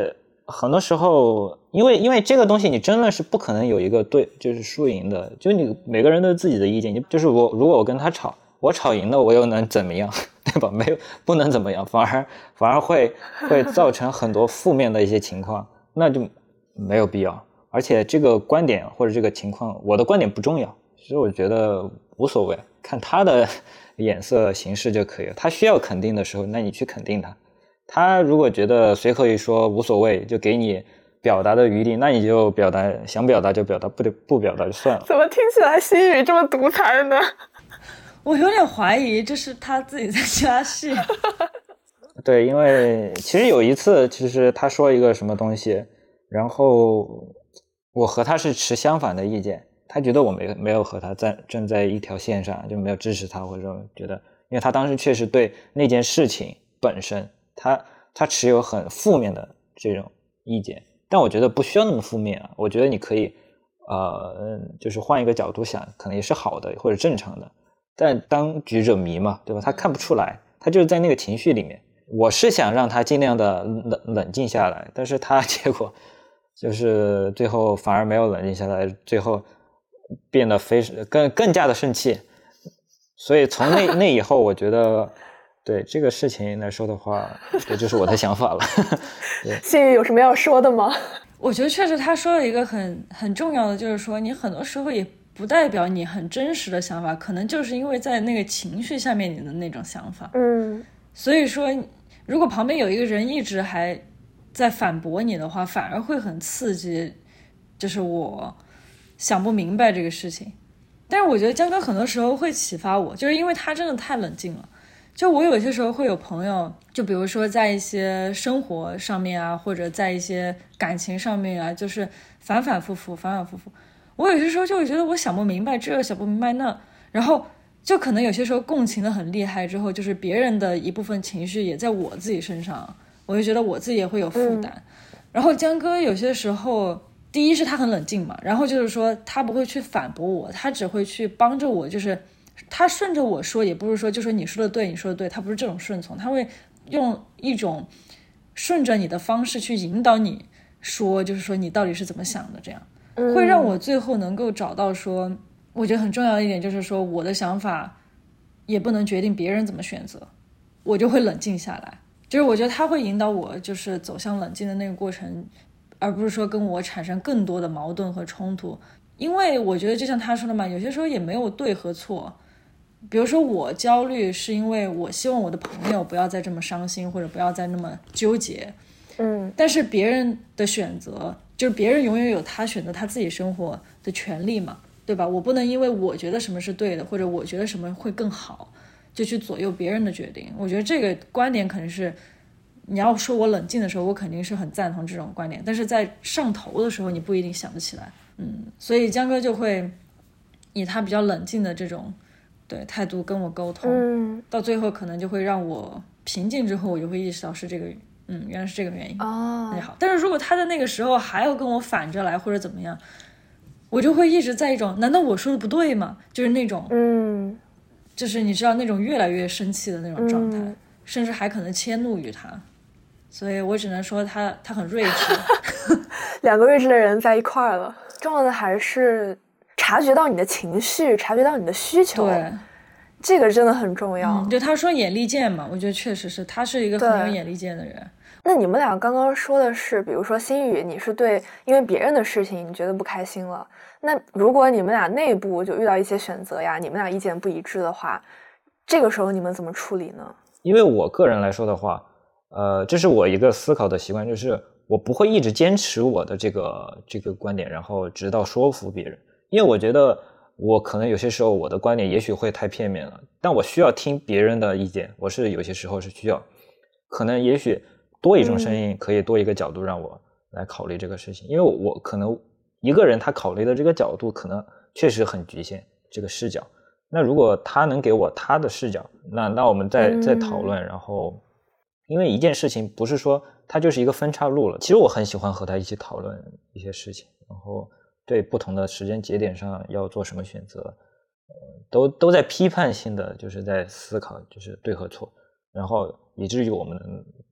很多时候，因为这个东西你真的是不可能有一个对就是输赢的，就你每个人都有自己的意见，就是如果我跟他吵，我吵赢了我又能怎么样，对吧？不能怎么样，反而会造成很多负面的一些情况，那就没有必要。而且这个观点或者这个情况，我的观点不重要，其实我觉得无所谓，看他的眼色行事就可以了。他需要肯定的时候，那你去肯定他。他如果觉得随口一说无所谓，就给你表达的余地，那你就表达，想表达就表达，不表达就算了。 怎么听起来心语这么独裁呢？ 我有点怀疑这是他自己在加戏。 对，因为其实有一次，其实他说一个什么东西，然后我和他是持相反的意见，他觉得我没有和他站在一条线上，就没有支持他，或者觉得，因为他当时确实对那件事情本身他持有很负面的这种意见，但我觉得不需要那么负面啊，我觉得你可以就是换一个角度想，可能也是好的或者正常的，但当局者迷嘛，对吧？他看不出来，他就是在那个情绪里面。我是想让他尽量的冷静下来，但是他结果就是最后反而没有冷静下来，最后变得更加的生气。所以从那以后，我觉得对这个事情来说的话，这就是我的想法了。 心语有什么要说的吗？ 我觉得确实他说了一个很重要的，就是说你很多时候也不代表你很真实的想法，可能就是因为在那个情绪下面你的那种想法。所以说如果旁边有一个人一直还在反驳你的话，反而会很刺激，就是我想不明白这个事情。但是我觉得江哥很多时候会启发我，就是因为他真的太冷静了。就我有些时候会有朋友，就比如说在一些生活上面啊，或者在一些感情上面啊，就是反反复复。我有些时候就会觉得我想不明白这，想不明白那，然后就可能有些时候共情的很厉害之后，就是别人的一部分情绪也在我自己身上，我就觉得我自己也会有负担。然后江哥有些时候，第一是他很冷静嘛，然后就是说他不会去反驳我，他只会去帮着我，就是他顺着我说，也不是说就说你说的对，他不是这种顺从，他会用一种顺着你的方式去引导你说，就是说你到底是怎么想的，这样会让我最后能够找到说，我觉得很重要的一点就是说，我的想法也不能决定别人怎么选择，我就会冷静下来。就是我觉得他会引导我就是走向冷静的那个过程，而不是说跟我产生更多的矛盾和冲突。因为我觉得就像他说的嘛，有些时候也没有对和错。比如说我焦虑是因为我希望我的朋友不要再这么伤心，或者不要再那么纠结。但是别人的选择，就是别人永远有他选择他自己生活的权利嘛，对吧？我不能因为我觉得什么是对的，或者我觉得什么会更好，就去左右别人的决定。我觉得这个观点可能是，你要说我冷静的时候，我肯定是很赞同这种观点，但是在上头的时候，你不一定想得起来。所以江哥就会以他比较冷静的这种态度跟我沟通，到最后可能就会让我平静之后，我就会意识到是这个原来是这个原因那就好。但是如果他在那个时候还要跟我反着来或者怎么样，我就会一直在一种难道我说的不对吗？就是那种就是你知道那种越来越生气的那种状态，甚至还可能迁怒于他。所以我只能说他很睿智。 两个睿智的人在一块儿了，重要的还是察觉到你的情绪，察觉到你的需求。 对， 这个真的很重要。 就他说眼力见嘛，我觉得确实是，他是一个很有眼力见的人。 那你们俩刚刚说的是，比如说心语，你是对因为别人的事情你觉得不开心了，那如果你们俩内部就遇到一些选择呀，你们俩意见不一致的话，这个时候你们怎么处理呢？ 因为我个人来说的话，这是我一个思考的习惯，就是我不会一直坚持我的这个观点，然后直到说服别人。因为我觉得我可能有些时候我的观点也许会太片面了，但我需要听别人的意见，我是有些时候是需要，可能也许多一种声音，可以多一个角度让我来考虑这个事情。因为我可能一个人他考虑的这个角度可能确实很局限，这个视角。那如果他能给我他的视角，那我们再讨论。然后因为一件事情不是说它就是一个分岔路了，其实我很喜欢和他一起讨论一些事情，然后对不同的时间节点上要做什么选择，都在批判性的就是在思考就是对和错，然后以至于我们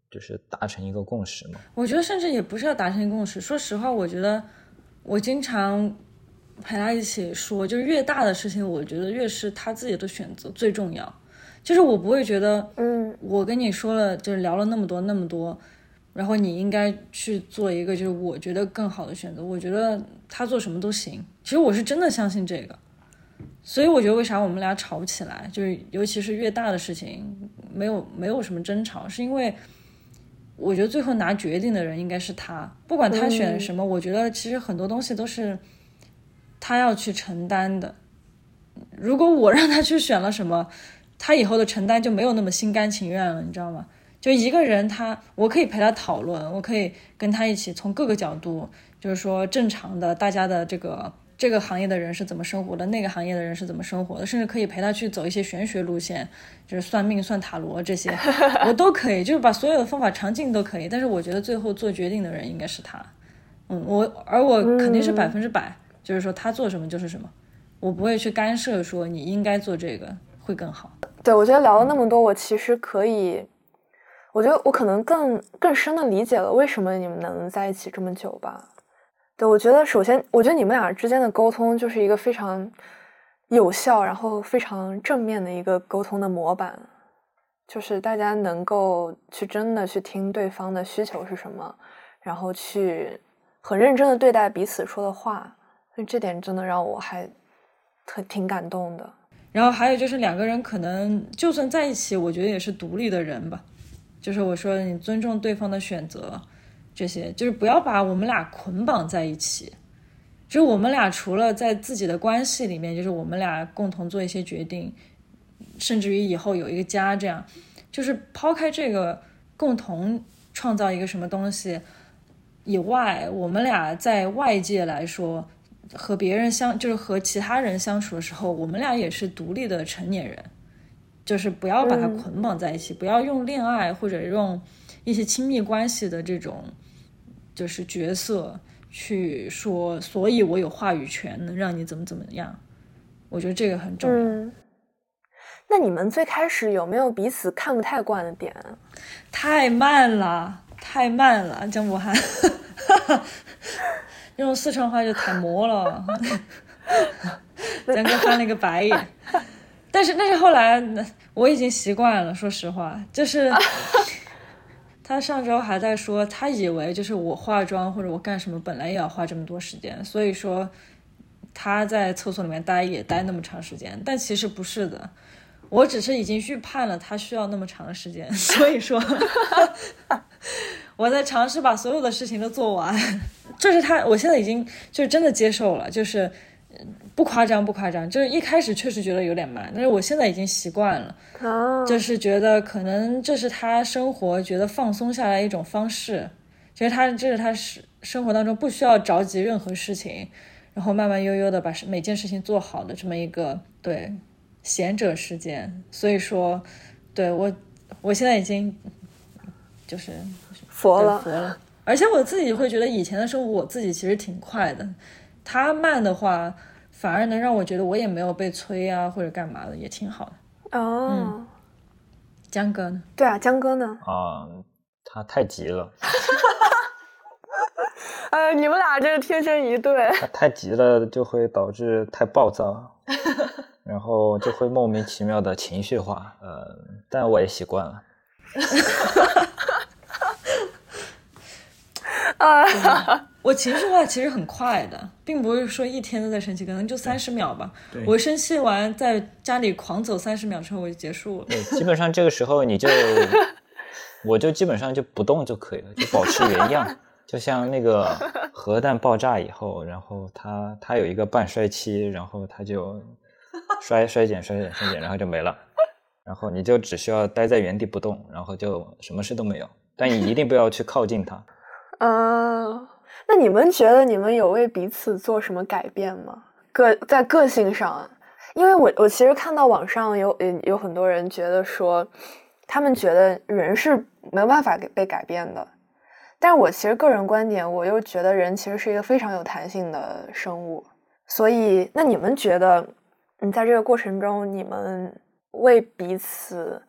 就是达成一个共识吗？ 我觉得甚至也不是要达成一个共识。说实话，我觉得我经常陪他一起说，就是越大的事情，我觉得越是他自己的选择最重要。就是我不会觉得，我跟你说了，就是聊了那么多，然后你应该去做一个就是我觉得更好的选择。我觉得他做什么都行。其实我是真的相信这个。所以我觉得为啥我们俩吵不起来，就是尤其是越大的事情没有什么争吵，是因为我觉得最后拿决定的人应该是他，不管他选什么，我觉得其实很多东西都是他要去承担的。如果我让他去选了什么，他以后的承担就没有那么心甘情愿了，你知道吗？就一个人我可以陪他讨论，我可以跟他一起从各个角度，就是说正常的大家的这个行业的人是怎么生活的，那个行业的人是怎么生活的，甚至可以陪他去走一些玄学路线，就是算命算塔罗这些我都可以，就是把所有的方法尝尽都可以。但是我觉得最后做决定的人应该是他。我肯定是100%，就是说他做什么就是什么，我不会去干涉说你应该做这个会更好。 对，我觉得聊了那么多，我其实可以，我觉得我可能更深的理解了为什么你们能在一起这么久吧。对，我觉得首先，我觉得你们俩之间的沟通就是一个非常有效，然后非常正面的一个沟通的模板，就是大家能够去真的去听对方的需求是什么，然后去很认真的对待彼此说的话，所以这点真的让我还挺感动的。 然后还有就是两个人可能就算在一起，我觉得也是独立的人吧，就是我说你尊重对方的选择，这些就是不要把我们俩捆绑在一起。就是我们俩除了在自己的关系里面，就是我们俩共同做一些决定，甚至于以后有一个家，这样就是抛开这个共同创造一个什么东西以外，我们俩在外界来说和别人就是和其他人相处的时候，我们俩也是独立的成年人，就是不要把它捆绑在一起，不要用恋爱或者用一些亲密关系的这种就是角色去说，所以我有话语权能让你怎么样，我觉得这个很重要。 那你们最开始有没有彼此看不太惯的点？ 太慢了江博涵用四川话就太磨了江哥翻了一个白眼但是后来我已经习惯了，说实话，就是他上周还在说他以为就是我化妆或者我干什么本来也要花这么多时间，所以说他在厕所里面待那么长时间，但其实不是的，我只是已经预判了他需要那么长的时间，所以说我在尝试把所有的事情都做完。就是我现在已经就是真的接受了，就是不夸张，就是一开始确实觉得有点慢，但是我现在已经习惯了，就是觉得可能这是他生活觉得放松下来一种方式，觉得这是他生活当中不需要着急任何事情，然后慢慢悠悠的把每件事情做好的这么一个对闲者时间。所以说对我现在已经就是佛了， 而且我自己会觉得以前的生活我自己其实挺快的，他慢的话反而能让我觉得我也没有被催啊或者干嘛的，也挺好的。江哥呢？ 对啊，江哥呢？ 他太急了你们俩真是天生一对。 他太急了就会导致太暴躁然后就会莫名其妙的情绪化，但我也习惯了我情绪化其实很快的，并不是说一天都在生气，可能就30秒吧。我生气完在家里狂走30秒之后我就结束了。 对，基本上这个时候我就基本上就不动就可以了，就保持原样。就像那个核弹爆炸以后，然后它有一个半衰期，然后它就衰减，然后就没了。然后你就只需要待在原地不动，然后就什么事都没有。但你一定不要去靠近它。 那你们觉得你们有为彼此做什么改变吗？在个性上，因为我其实看到网上有很多人觉得说，他们觉得人是没有办法被改变的，但是我其实个人观点，我又觉得人其实是一个非常有弹性的生物。所以，那你们觉得，在这个过程中，你们为彼此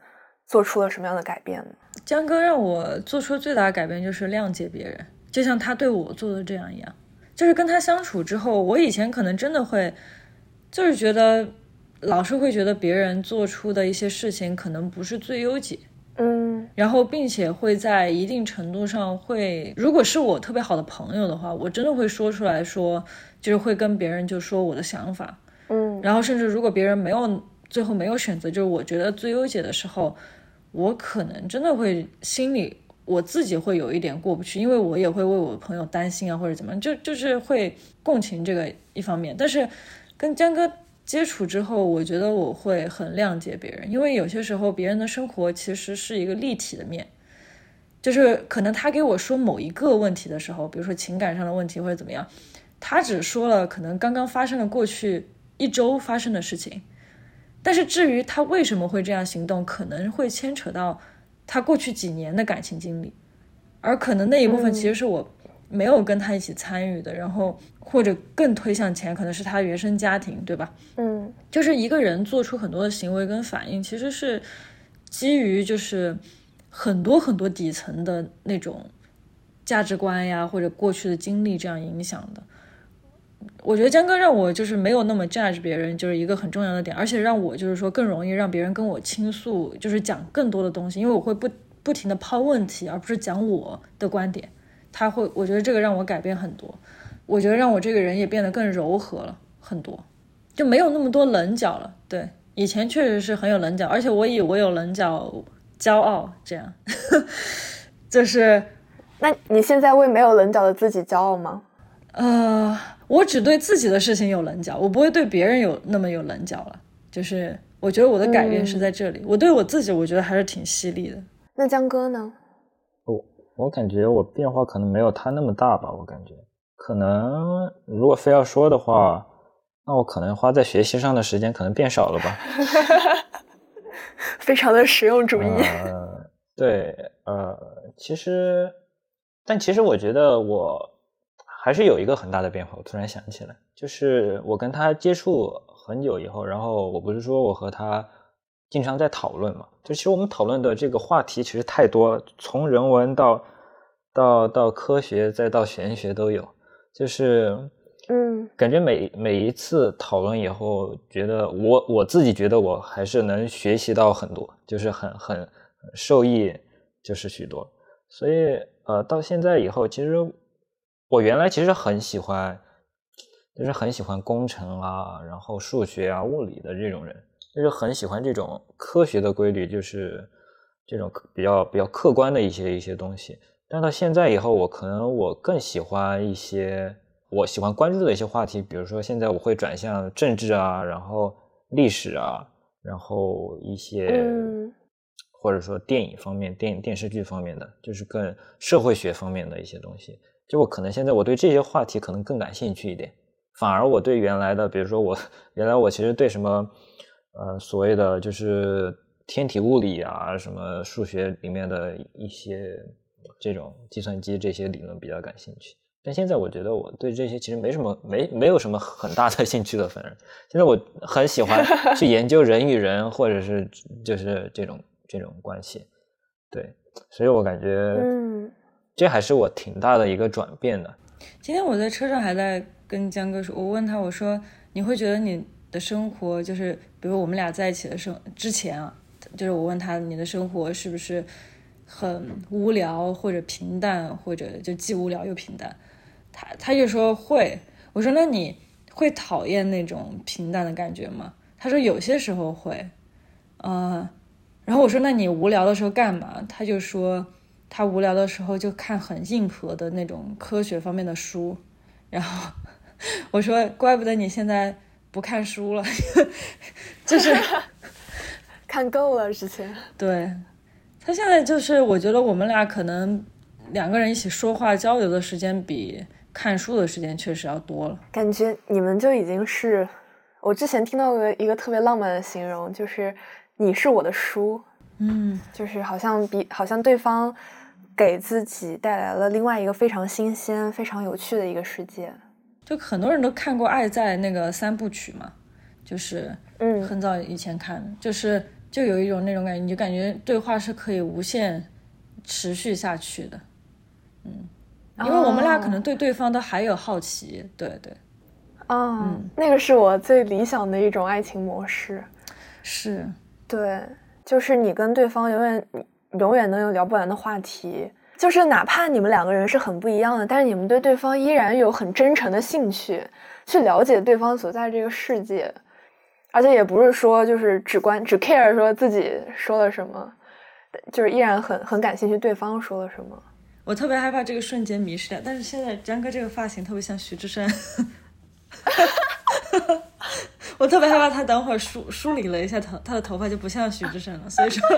做出了什么样的改变呢？ 江哥让我做出最大的改变就是谅解别人，就像他对我做的这样一样。就是跟他相处之后，我以前可能真的会就是觉得老是会觉得别人做出的一些事情可能不是最优解，然后并且会在一定程度上会，如果是我特别好的朋友的话，我真的会说出来说，就是会跟别人就说我的想法，然后甚至如果别人最后没有选择就是我觉得最优解的时候，我可能真的会心里我自己会有一点过不去，因为我也会为我的朋友担心啊，或者怎么样，就是会共情这个一方面。但是跟江哥接触之后，我觉得我会很谅解别人，因为有些时候别人的生活其实是一个立体的面，就是可能他给我说某一个问题的时候，比如说情感上的问题或者怎么样，他只说了可能刚刚发生了过去1周发生的事情，但是至于他为什么会这样行动，可能会牵扯到他过去几年的感情经历，而可能那一部分其实是我没有跟他一起参与的，然后或者更推向前，可能是他原生家庭，对吧？就是一个人做出很多的行为跟反应，其实是基于就是很多很多底层的那种价值观呀，或者过去的经历这样影响的。我觉得江哥让我就是没有那么 judge 别人，就是一个很重要的点，而且让我就是说更容易让别人跟我倾诉，就是讲更多的东西，因为我会不停的抛问题，而不是讲我的观点。我觉得这个让我改变很多，我觉得让我这个人也变得更柔和了很多，就没有那么多棱角了。对，以前确实是很有棱角，而且我以我有棱角骄傲，这样就是那你现在为没有棱角的自己骄傲吗？ 我只对自己的事情有棱角，我不会对别人那么有棱角了。就是我觉得我的改变是在这里，我对我自己我觉得还是挺犀利的。 那江哥呢？ 我感觉我变化可能没有他那么大吧，我感觉可能如果非要说的话，那我可能花在学习上的时间可能变少了吧。 非常的实用主义。 对，其实我觉得我还是有一个很大的变化，我突然想起来，就是我跟他接触很久以后，然后我不是说我和他经常在讨论嘛，就其实我们讨论的这个话题其实太多了，从人文到科学再到玄学都有，就是感觉每一次讨论以后，觉得我自己觉得我还是能学习到很多，就是很受益，就是许多。所以到现在以后，其实我原来其实很喜欢工程啊，然后数学啊、物理的这种人，就是很喜欢这种科学的规律，就是这种比较客观的一些东西。但到现在以后，我更喜欢一些我喜欢关注的一些话题，比如说现在我会转向政治啊，然后历史啊，然后一些或者说电影方面、电视剧方面的，就是更社会学方面的一些东西。就我可能现在我对这些话题可能更感兴趣一点，反而我对原来的，比如说原来我其实对什么所谓的就是天体物理啊，什么数学里面的一些这种计算机这些理论比较感兴趣。但现在我觉得我对这些其实没有什么很大的兴趣的，反正现在我很喜欢去研究人与人，或者是就是这种关系。对，所以我感觉这还是我挺大的一个转变的。 今天我在车上还在跟江哥说，我问他，我说你会觉得你的生活就是比如我们俩在一起的之前啊，就是我问他你的生活是不是很无聊或者平淡，或者就既无聊又平淡，他就说会。我说那你会讨厌那种平淡的感觉吗？他说有些时候会。然后我说那你无聊的时候干嘛？他就说他无聊的时候就看很硬核的那种科学方面的书。然后我说怪不得你现在不看书了。就是看够了之前。 对，他现在就是我觉得我们俩可能两个人一起说话交流的时间比看书的时间确实要多了。 感觉你们就已经是，我之前听到过一个特别浪漫的形容，就是你是我的书。就是好像对方给自己带来了另外一个非常新鲜非常有趣的一个世界。 就很多人都看过《爱在》那个3部曲嘛，就是很早以前看的，就是就有一种那种感觉，你就感觉对话是可以无限持续下去的。因为我们俩可能对对方都还有好奇。对对。 那个是我最理想的一种爱情模式。 是。 对，就是你跟对方永远能有聊不完的话题，就是哪怕你们两个人是很不一样的，但是你们对对方依然有很真诚的兴趣去了解对方所在这个世界，而且也不是说就是只 care 说自己说了什么，就是依然很感兴趣对方说了什么。 我特别害怕这个瞬间迷失掉，但是现在江哥这个发型特别像徐志胜。我特别害怕他等会儿梳理了一下他的头发就不像徐志胜了，所以说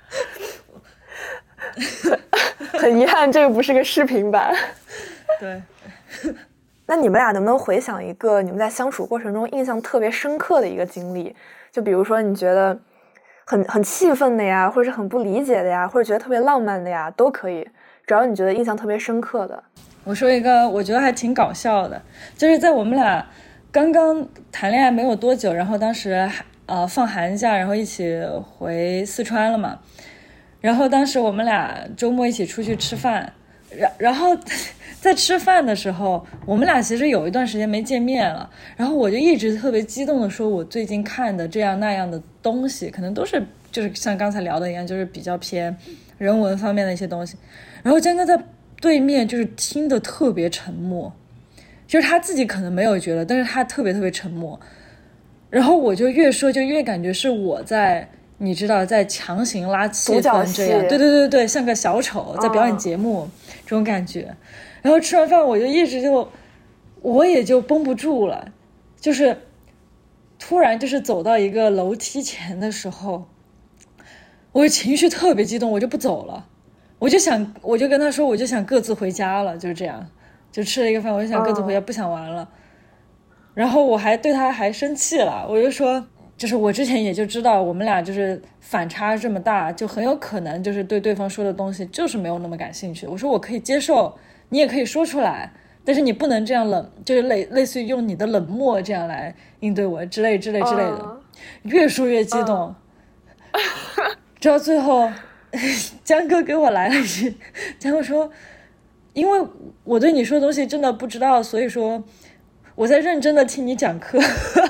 很遗憾这个不是个视频版。 对。 那你们俩能不能回想一个你们在相处过程中印象特别深刻的一个经历，就比如说你觉得很气愤的呀，或者是很不理解的呀，或者觉得特别浪漫的呀，都可以，只要你觉得印象特别深刻的。 我说一个我觉得还挺搞笑的，就是在我们俩刚刚谈恋爱没有多久，然后当时放寒假，然后一起回四川了嘛，然后当时我们俩周末一起出去吃饭，然后在吃饭的时候我们俩其实有一段时间没见面了，然后我就一直特别激动的说我最近看的这样那样的东西，可能都是就是像刚才聊的一样，就是比较偏人文方面的一些东西，然后江哥在对面就是听得特别沉默，就是他自己可能没有觉得，但是他特别特别沉默，然后我就越说就越感觉是我在你知道在强行拉气氛这样，对对对对，像个小丑在表演节目，这种感觉。然后吃完饭我就一直我也就绷不住了，就是突然就是走到一个楼梯前的时候，我情绪特别激动，我就不走了，我就跟他说我就想各自回家了，就是这样，就吃了一个饭我就想各自回家，不想玩了。然后我还对他还生气了，我就说就是我之前也就知道我们俩就是反差这么大，就很有可能就是对对方说的东西就是没有那么感兴趣，我说我可以接受，你也可以说出来，但是你不能这样冷，就是类似于用你的冷漠这样来应对我之类的，越说越激动。直到最后江哥给我来了一句，江哥说因为我对你说的东西真的不知道，所以说我在认真的听你讲课。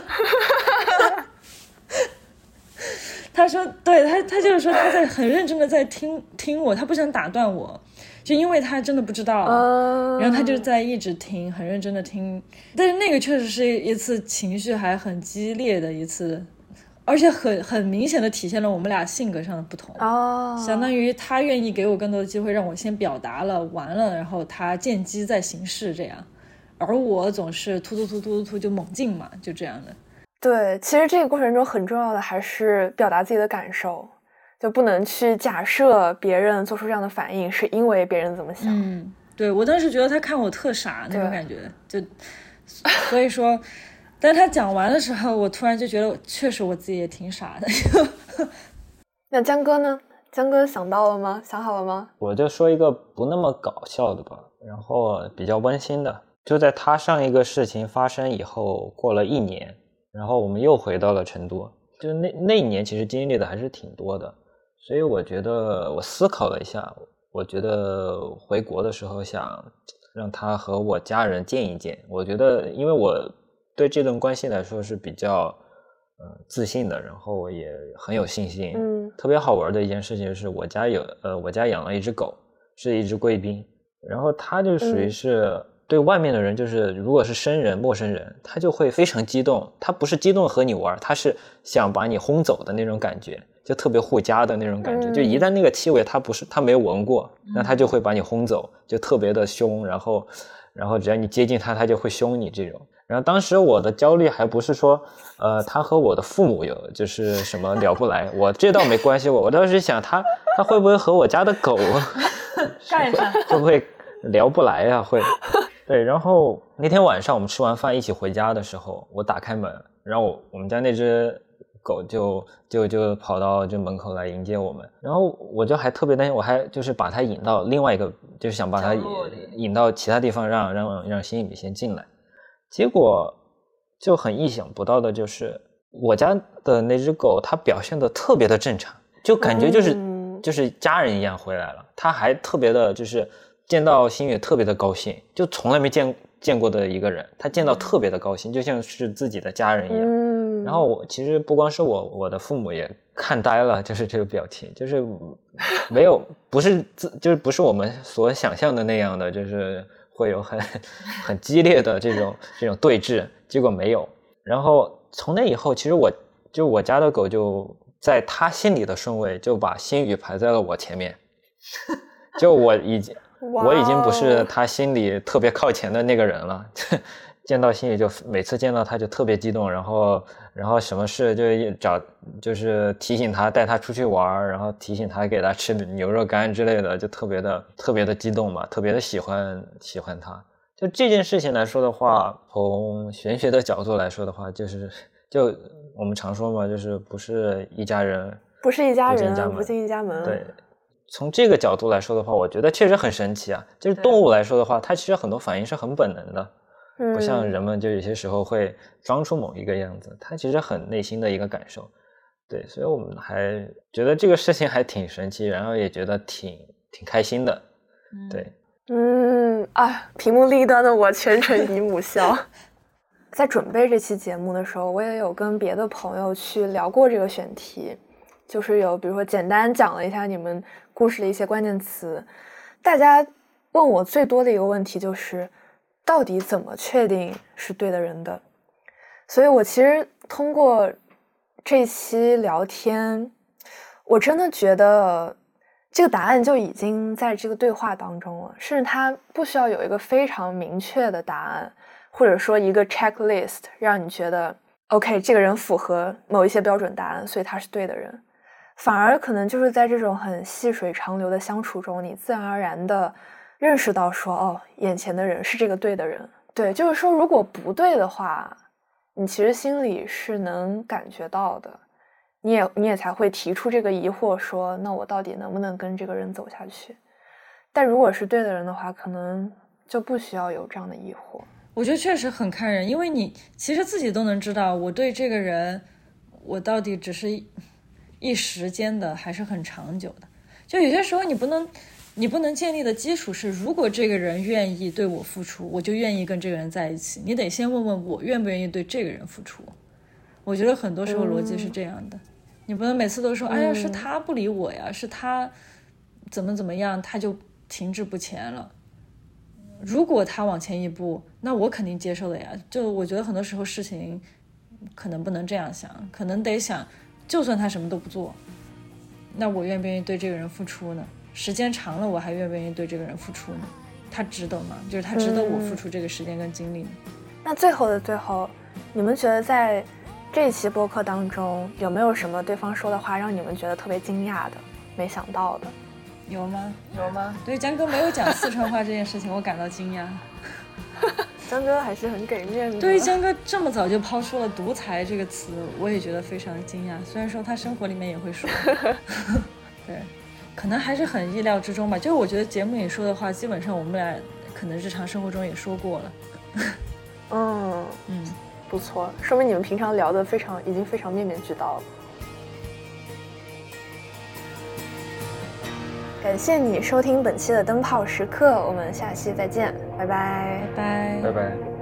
他说对，他就是说他在很认真的在听我，他不想打断我，就因为他真的不知道，然后他就在一直听，很认真的听。但是那个确实是一次情绪还很激烈的一次，而且很明显的体现了我们俩性格上的不同。相当于他愿意给我更多的机会让我先表达了完了，然后他见机再行事这样，而我总是突就猛进嘛，就这样的。 对，其实这个过程中很重要的还是表达自己的感受，就不能去假设别人做出这样的反应是因为别人怎么想。 对，我当时觉得他看我特傻那种感觉，就所以说但他讲完的时候我突然就觉得确实我自己也挺傻的。 那江哥呢？江哥想到了吗？想好了吗？ 我就说一个不那么搞笑的吧，然后比较温馨的，就在他上一个事情发生以后过了1年，然后我们又回到了成都，就那一年其实经历的还是挺多的，所以我觉得我思考了一下，我觉得回国的时候想让他和我家人见一见。我觉得因为我对这段关系来说是比较自信的，然后我也很有信心。特别好玩的一件事情是我家养了一只狗，是一只贵宾，然后它就属于是对外面的人，就是如果是生人陌生人，他就会非常激动，他不是激动和你玩，他是想把你轰走的那种感觉，就特别护家的那种感觉。就一旦那个气味他没有闻过，那他就会把你轰走，就特别的凶，然后只要你接近他就会凶你这种。然后当时我的焦虑还不是说他和我的父母有就是什么聊不来，我这倒没关系，我当时想他会不会和我家的狗干上会不会聊不来啊，会。对，然后那天晚上我们吃完饭一起回家的时候，我打开门，然后我们家那只狗就跑到这门口来迎接我们，然后我就还特别担心，我还就是把它引到另外一个，就是想把它引到其他地方，让辛雨先进来。结果就很意想不到的就是我家的那只狗它表现的特别的正常，就感觉就是家人一样回来了。它还特别的就是见到星宇特别的高兴，就从来没见过的一个人，他见到特别的高兴，就像是自己的家人一样。然后其实不光是我的父母也看呆了，就是这个表情，就是没有不是我们所想象的那样的，就是会有很激烈的这种对峙，结果没有。然后从那以后，其实我家的狗就在他心里的顺位就把星宇排在了我前面，就我已经不是他心里特别靠前的那个人了。见到星宇就每次见到他就特别激动，然后什么事就是提醒他带他出去玩，然后提醒他给他吃牛肉干之类的，就特别的激动嘛，特别的喜欢他。就这件事情来说的话，从玄学的角度来说的话，就我们常说嘛，就是不是一家人不进一家门。 对，从这个角度来说的话，我觉得确实很神奇啊。就是动物来说的话，它其实很多反应是很本能的，不像人们就有些时候会装出某一个样子，它其实很内心的一个感受。对，所以我们还觉得这个事情还挺神奇，然后也觉得挺开心的。对， 屏幕另一端的我全程姨母笑。在准备这期节目的时候，我也有跟别的朋友去聊过这个选题，就是有比如说简单讲了一下你们故事的一些关键词。大家问我最多的一个问题就是到底怎么确定是对的人的。所以我其实通过这期聊天，我真的觉得这个答案就已经在这个对话当中了，甚至它不需要有一个非常明确的答案，或者说一个 checklist 让你觉得 OK 这个人符合某一些标准答案，所以他是对的人。反而可能就是在这种很细水长流的相处中，你自然而然的认识到说眼前的人是这个对的人。对，就是说如果不对的话，你其实心里是能感觉到的，你也才会提出这个疑惑，说那我到底能不能跟这个人走下去。但如果是对的人的话，可能就不需要有这样的疑惑。 我觉得确实很看人，因为你其实自己都能知道，我对这个人我到底只是一时间的还是很长久的。就有些时候你不能建立的基础是，如果这个人愿意对我付出，我就愿意跟这个人在一起。你得先问问我愿不愿意对这个人付出。我觉得很多时候逻辑是这样的，你不能每次都说哎呀是他不理我呀，是他怎么样他就停滞不前了。如果他往前一步，那我肯定接受的呀。就我觉得很多时候事情可能不能这样想，可能得想就算他什么都不做，那我愿不愿意对这个人付出呢？时间长了我还愿不愿意对这个人付出呢？他值得吗？就是他值得我付出这个时间跟精力呢？ 那最后的最后，你们觉得在这一期播客当中有没有什么对方说的话让你们觉得特别惊讶的，没想到的？ 有吗？对，江哥没有讲四川话这件事情我感到惊讶。 江哥还是很给面子。 对于江哥这么早就抛出了独裁这个词，我也觉得非常的惊讶，虽然说他生活里面也会说。对，可能还是很意料之中吧。就是我觉得节目里说的话基本上我们俩可能日常生活中也说过了。 不错，说明你们平常聊的已经非常面面俱到了。感谢你收听本期的灯泡时刻，我们下期再见，拜拜。 拜拜。 拜拜。